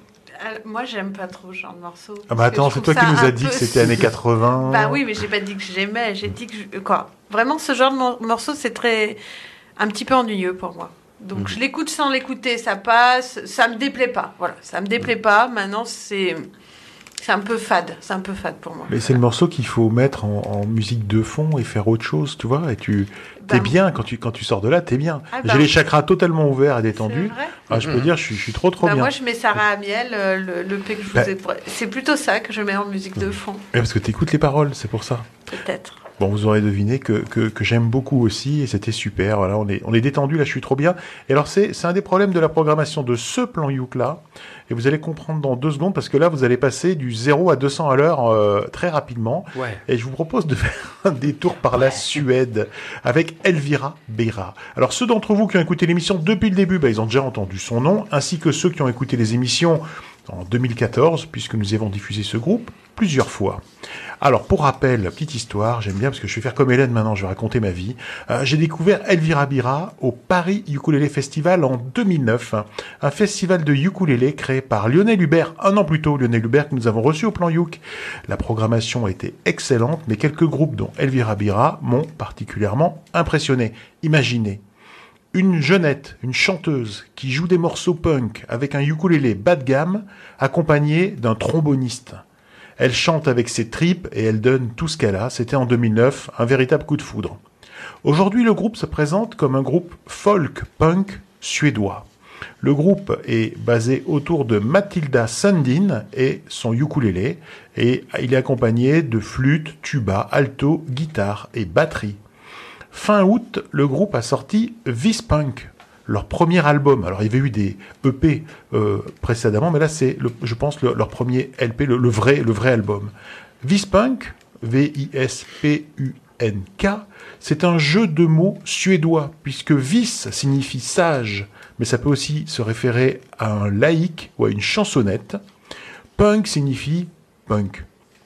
Moi, j'aime pas trop ce genre de morceau. Ah bah attends, c'est toi qui nous as dit que c'était années quatre-vingts. Bah oui, mais j'ai pas dit que j'aimais. J'ai dit que je... quoi. Vraiment, ce genre de morceau, c'est très un petit peu ennuyeux pour moi. Donc mmh. je l'écoute sans l'écouter, ça passe. Ça me déplaît pas. Voilà, ça me déplaît mmh. pas. Maintenant, c'est c'est un peu fade. C'est un peu fade pour moi. Mais c'est le morceau qu'il faut mettre en, en musique de fond et faire autre chose, tu vois. Et tu T'es bah, bien quand tu quand tu sors de là, t'es bien. Ah bah, j'ai les chakras totalement ouverts et détendus. Ah, je peux mmh. dire, je suis je suis trop trop bah, bien. Moi, je mets Sarah Amiel, le, le P que je vous bah, ai. C'est plutôt ça que je mets en musique de fond. Ouais, parce que t'écoutes les paroles, c'est pour ça. Peut-être. Bon, vous aurez deviné que que, que j'aime beaucoup aussi, et c'était super. Voilà, on est on est détendu là, je suis trop bien. Et alors c'est c'est un des problèmes de la programmation de ce plan Youk là. Et vous allez comprendre dans deux secondes, parce que là, vous allez passer du zéro à deux cents à l'heure euh, très rapidement. Ouais. Et je vous propose de faire un détour par ouais. la Suède avec Elvira Beira. Alors, ceux d'entre vous qui ont écouté l'émission depuis le début, bah, ils ont déjà entendu son nom, ainsi que ceux qui ont écouté les émissions en deux mille quatorze, puisque nous avons diffusé ce groupe plusieurs fois. Alors, pour rappel, petite histoire, j'aime bien parce que je vais faire comme Hélène maintenant, je vais raconter ma vie. Euh, j'ai découvert Elvira Beira au Paris Ukulele Festival en deux mille neuf, un festival de ukulélé créé par Lionel Hubert, un an plus tôt, Lionel Hubert que nous avons reçu au plan Youk. La programmation a été excellente, mais quelques groupes dont Elvira Beira m'ont particulièrement impressionné. Imaginez une jeunette, une chanteuse qui joue des morceaux punk avec un ukulélé bas de gamme accompagné d'un tromboniste. Elle chante avec ses tripes et elle donne tout ce qu'elle a. C'était en deux mille neuf, un véritable coup de foudre. Aujourd'hui, le groupe se présente comme un groupe folk-punk suédois. Le groupe est basé autour de Matilda Sundin et son ukulélé, et il est accompagné de flûte, tuba, alto, guitare et batterie. Fin août, le groupe a sorti Vispunk, leur premier album. Alors, il y avait eu des E P euh, précédemment, mais là, c'est, le, je pense, le, leur premier L P, le, le, vrai, le vrai album. Vispunk, V I S P U N K, c'est un jeu de mots suédois, puisque vis signifie sage, mais ça peut aussi se référer à un laïc ou à une chansonnette. Punk signifie punk.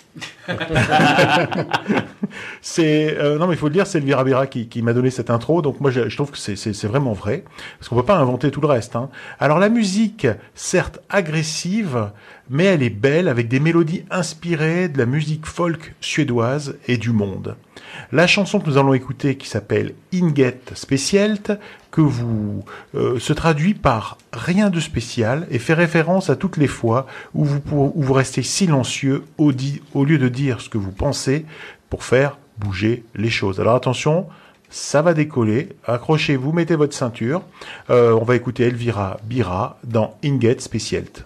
c'est euh, non mais il faut le dire, c'est Elvira Bira qui, qui m'a donné cette intro, donc moi je, je trouve que c'est, c'est, c'est vraiment vrai, parce qu'on peut pas inventer tout le reste. Hein. Alors la musique, certes agressive, mais elle est belle, avec des mélodies inspirées de la musique folk suédoise et du monde. La chanson que nous allons écouter, qui s'appelle Inget Specielt, que vous euh, se traduit par rien de spécial et fait référence à toutes les fois où vous, pour, où vous restez silencieux au, di, au lieu de dire ce que vous pensez pour faire bouger les choses. Alors attention, ça va décoller, accrochez-vous, mettez votre ceinture. Euh, on va écouter Elvira Bira dans Inget Specielt.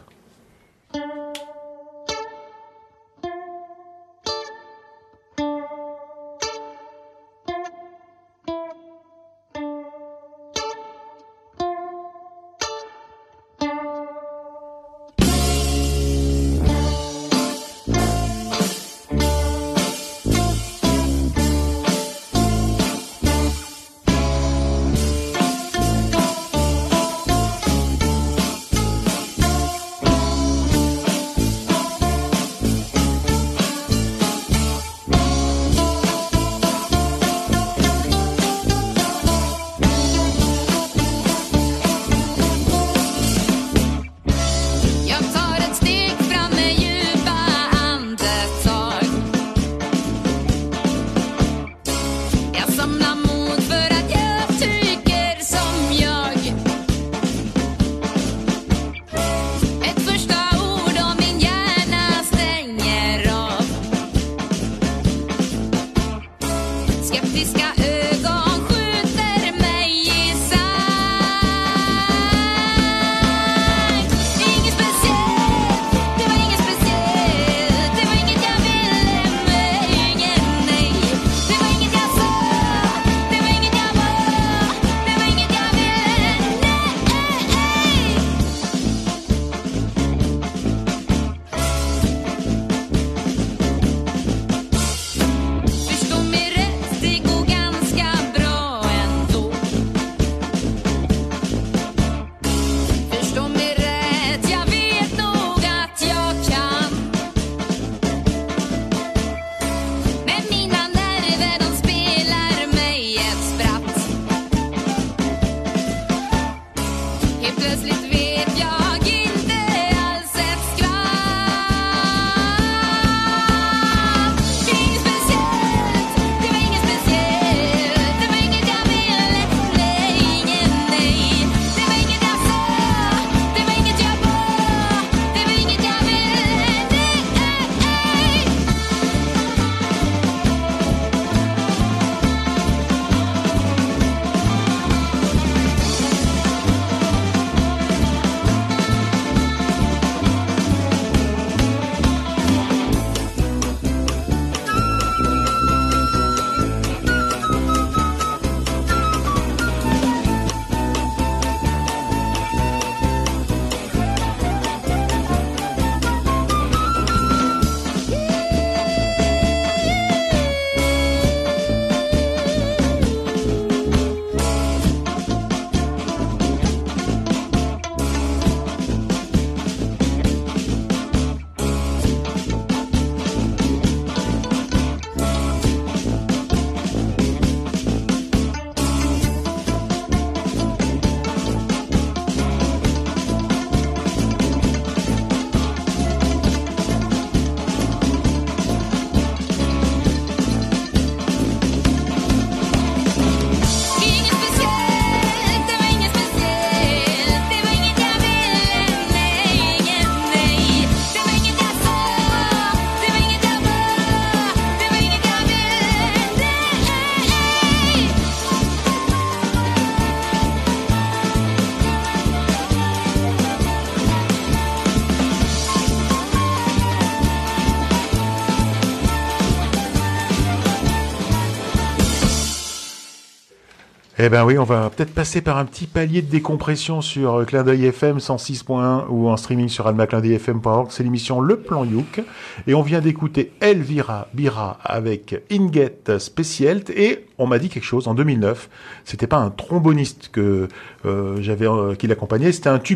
Eh ben oui, on va peut-être passer par un petit palier de décompression sur euh, Clin d'œil F M cent six point un ou en streaming sur alma clin d'œil f m point org. C'est l'émission Le Plan Youk. Et on vient d'écouter Elvira Bira avec Inget Specielt. Et on m'a dit quelque chose en deux mille neuf. C'était pas un tromboniste que euh, j'avais euh, qui l'accompagnait, c'était un tubiste.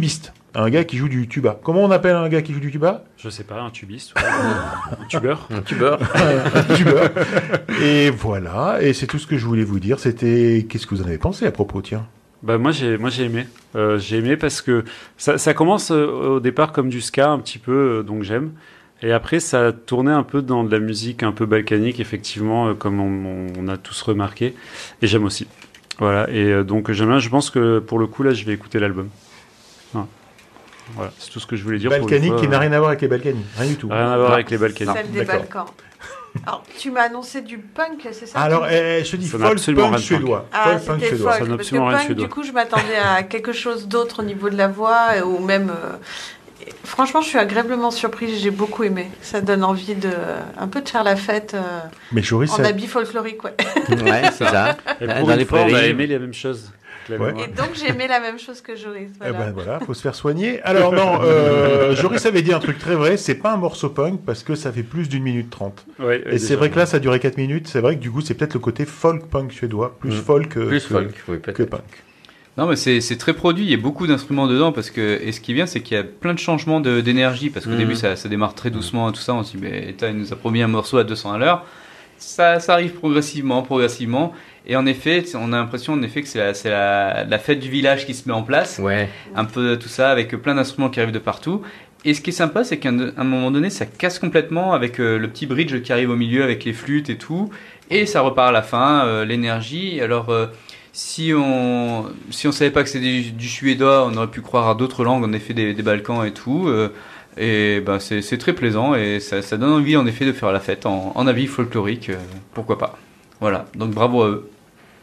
Un gars qui joue du tuba. Comment on appelle un gars qui joue du tuba? Je sais pas, un tubiste. Ouais. un tubeur. Un tubeur. un tubeur. Et voilà. Et c'est tout ce que je voulais vous dire. C'était. Qu'est-ce que vous en avez pensé à propos, tiens? Bah moi j'ai moi j'ai aimé. Euh, j'ai aimé parce que ça, ça commence euh, au départ comme du ska un petit peu, euh, donc j'aime. Et après ça a tourné un peu dans de la musique un peu balkanique, effectivement, euh, comme on, on a tous remarqué. Et j'aime aussi. Voilà. Et euh, donc j'aime bien. Je pense que pour le coup là, je vais écouter l'album. Voilà. Voilà, c'est tout ce que je voulais dire. Balkanique pour qui n'a rien à voir avec les Balkans, rien du tout. Rien à voir non. avec les Balkans. Celle des Balkans. Alors, tu m'as annoncé du punk, c'est ça? Alors, eh, je te dis folk punk suédois. Ah, folk c'était suédois. folk, parce que punk, du coup, je m'attendais à quelque chose d'autre au niveau de la voix, ou même... Euh, franchement, je suis agréablement surprise, j'ai beaucoup aimé. Ça donne envie de un peu de faire la fête euh, Mais Joris, en ça... habit folklorique, ouais. Ouais, c'est ça. Et pour dans les fois, on a aimé les mêmes choses. Ouais. Et donc j'ai aimé la même chose que Joris. Voilà. Eh ben voilà, faut se faire soigner. Alors non, euh, Joris avait dit un truc très vrai, c'est pas un morceau punk parce que ça fait plus d'une minute trente. Ouais, et c'est vrai que là ça durait quatre minutes, c'est vrai que du coup c'est peut-être le côté folk punk suédois, plus mmh. folk, euh, plus que, folk oui, que punk. Non mais c'est, c'est très produit, il y a beaucoup d'instruments dedans parce que et ce qui est bien c'est qu'il y a plein de changements de, d'énergie parce qu'au mmh. début ça, ça démarre très doucement tout ça, on se dit mais il nous a promis un morceau à deux cents à l'heure. Ça, ça arrive progressivement, progressivement. Et en effet, on a l'impression en effet que c'est la, c'est la, la fête du village qui se met en place. Ouais. Un peu tout ça avec plein d'instruments qui arrivent de partout. Et ce qui est sympa, c'est qu'à un, un moment donné, ça casse complètement avec euh, le petit bridge qui arrive au milieu avec les flûtes et tout. Et ça repart à la fin, euh, l'énergie. Alors, euh, si on si on savait pas que c'était du, du suédois, on aurait pu croire à d'autres langues, en effet, des, des Balkans et tout. Euh, Et ben c'est, c'est très plaisant et ça, ça donne envie en effet de faire la fête en, en habit folklorique, euh, pourquoi pas. Voilà, donc bravo à eux.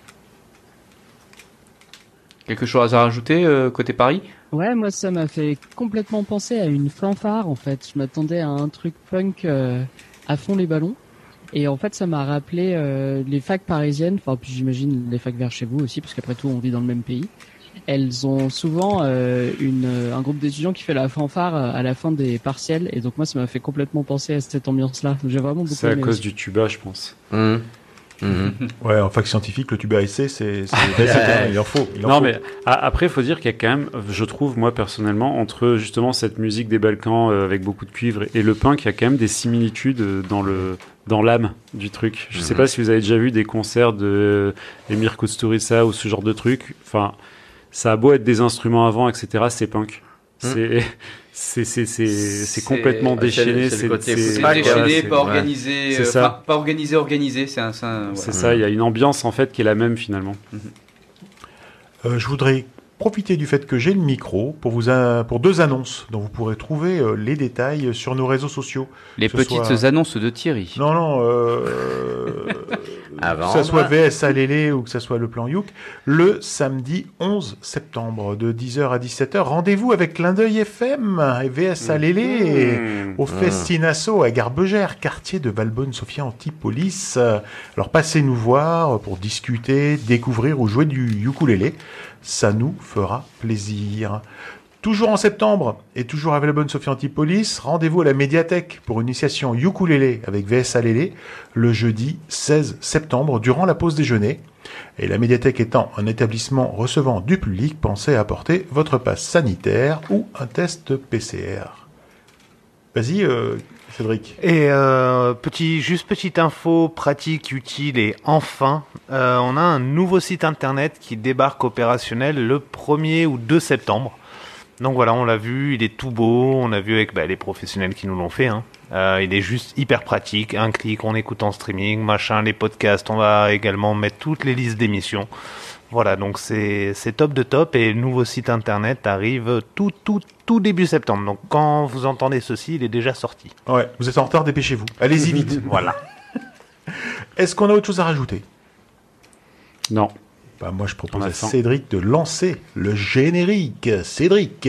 Quelque chose à rajouter euh, côté Paris? Ouais, moi ça m'a fait complètement penser à une fanfare en fait. Je m'attendais à un truc punk euh, à fond les ballons. Et en fait ça m'a rappelé euh, les facs parisiennes, enfin puis j'imagine les facs vers chez vous aussi, parce qu'après tout on vit dans le même pays. Elles ont souvent euh, une, un groupe d'étudiants qui fait la fanfare à la fin des partiels. Et donc moi, ça m'a fait complètement penser à cette ambiance-là. J'ai vraiment beaucoup C'est à aimé cause aussi. du tuba, je pense. Mmh. Mmh. Ouais, en fac scientifique, le tuba essai, c'est, c'est basique, hein, il en faut. Il en non, faut. mais a, après, il faut dire qu'il y a quand même, je trouve, moi personnellement, entre justement cette musique des Balkans euh, avec beaucoup de cuivre et le punk, il y a quand même des similitudes dans le dans l'âme du truc. Je mmh. sais pas si vous avez déjà vu des concerts de Emir Kusturica ou ce genre de truc. Enfin. Ça a beau être des instruments avant, et cetera, c'est punk. Mmh. C'est, c'est, c'est, c'est, c'est complètement déchaîné. C'est, c'est, c'est, c'est déchaîné, pas organisé, c'est euh, ça. Pas, pas organisé, organisé. C'est, un, c'est, un, voilà. c'est ça, il y a une ambiance en fait qui est la même finalement. Mmh. Euh, je voudrais profiter du fait que j'ai le micro pour, vous a... pour deux annonces dont vous pourrez trouver euh, les détails sur nos réseaux sociaux. Les petites soit... annonces de Thierry. Non, non. Euh... Avant, que ce soit V S Alélé ou que ce soit le plan Youk, le samedi onze septembre de dix heures à dix-sept heures, rendez-vous avec Clin d'œil F M et V S Alélé mmh. au Festinasso à Garbegère, quartier de Valbonne-Sophia Antipolis. Alors passez nous voir pour discuter, découvrir ou jouer du ukulélé. Ça nous fera plaisir. Toujours en septembre et toujours à Valbonne-Sophia Antipolis, rendez-vous à la médiathèque pour une initiation ukulélé avec V S Alélé le jeudi seize septembre durant la pause déjeuner. Et la médiathèque étant un établissement recevant du public, pensez à apporter votre passe sanitaire ou un test P C R. Vas-y, euh, Cédric. Et euh, petit, juste petite info pratique, utile et enfin, euh, on a un nouveau site internet qui débarque opérationnel le premier ou deux septembre. Donc voilà, on l'a vu, il est tout beau, on a vu avec bah, les professionnels qui nous l'ont fait. Hein. Euh, il est juste hyper pratique, un clic, on écoute en streaming, machin, les podcasts, on va également mettre toutes les listes d'émissions. Voilà, donc c'est, c'est top de top et le nouveau site internet arrive tout, tout, tout début septembre. Donc quand vous entendez ceci, il est déjà sorti. Ouais, vous êtes en retard, dépêchez-vous. Allez-y vite. Voilà. Est-ce qu'on a autre chose à rajouter ? Non. Bah moi je propose à Cédric de lancer le générique. Cédric.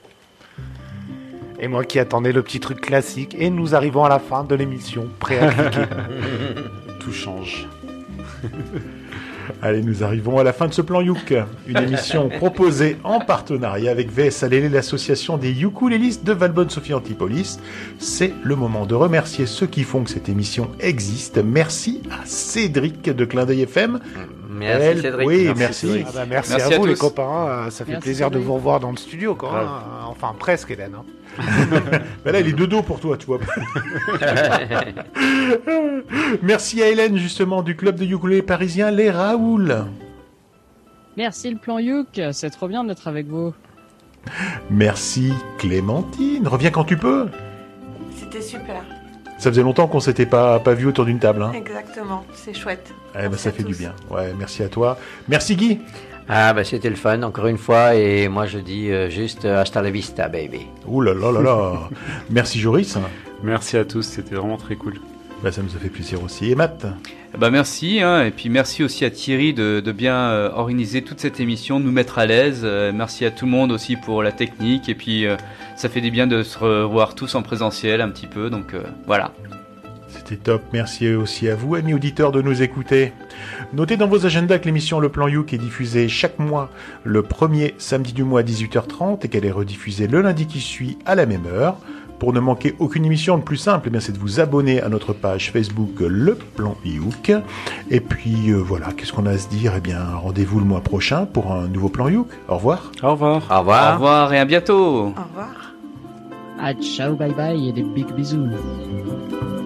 Et moi qui attendais le petit truc classique, et nous arrivons à la fin de l'émission, prêt à cliquer. Tout change. Allez, nous arrivons à la fin de ce plan Youk, une émission proposée en partenariat avec V S Alélé, l'association des ukulélistes de Valbonne-Sophia Antipolis. C'est le moment de remercier ceux qui font que cette émission existe. Merci à Cédric de Clin d'œil F M. Merci Elle, Cédric. oui, Merci, merci. Cédric. Ah bah, merci, Merci à à vous les tous. copains, hein. Ça fait Merci, plaisir de Cédric. vous revoir dans le studio quand même. Grave. hein. Enfin presque Hélène. hein. Ben là, il est de dos pour toi, tu vois. Merci à Hélène, justement, du club de ukulélé parisien, les Raoul. Merci le plan Youk, c'est trop bien d'être avec vous. Merci Clémentine. Reviens quand tu peux. C'était super. Ça faisait longtemps qu'on s'était pas, pas vu autour d'une table. Hein. Exactement, c'est chouette. Eh ben, Merci ça à fait du tous. bien. Ouais, merci à toi. Merci Guy. Ah bah c'était le fun encore une fois et moi je dis euh, juste euh, hasta la vista baby. Ouh là là là là. Merci Joris. Merci à tous, c'était vraiment très cool. Ben, ça nous a fait plaisir aussi. Et Matt. Bah merci, hein, et puis merci aussi à Thierry de, de bien euh, organiser toute cette émission, de nous mettre à l'aise. Euh, merci à tout le monde aussi pour la technique, et puis euh, ça fait du bien de se revoir tous en présentiel un petit peu, donc euh, voilà. C'était top. Merci aussi à vous, amis auditeurs, de nous écouter. Notez dans vos agendas que l'émission Le Plan Youk est diffusée chaque mois le premier samedi du mois à dix-huit heures trente et qu'elle est rediffusée le lundi qui suit à la même heure. Pour ne manquer aucune émission, le plus simple, eh bien, c'est de vous abonner à notre page Facebook Le Plan Youk. Et puis euh, voilà, qu'est-ce qu'on a à se dire? Eh bien, rendez-vous le mois prochain pour un nouveau Plan Youk. Au revoir. Au revoir. Au revoir. Au revoir et à bientôt. Au revoir. Ah, ciao, bye bye et des big bisous.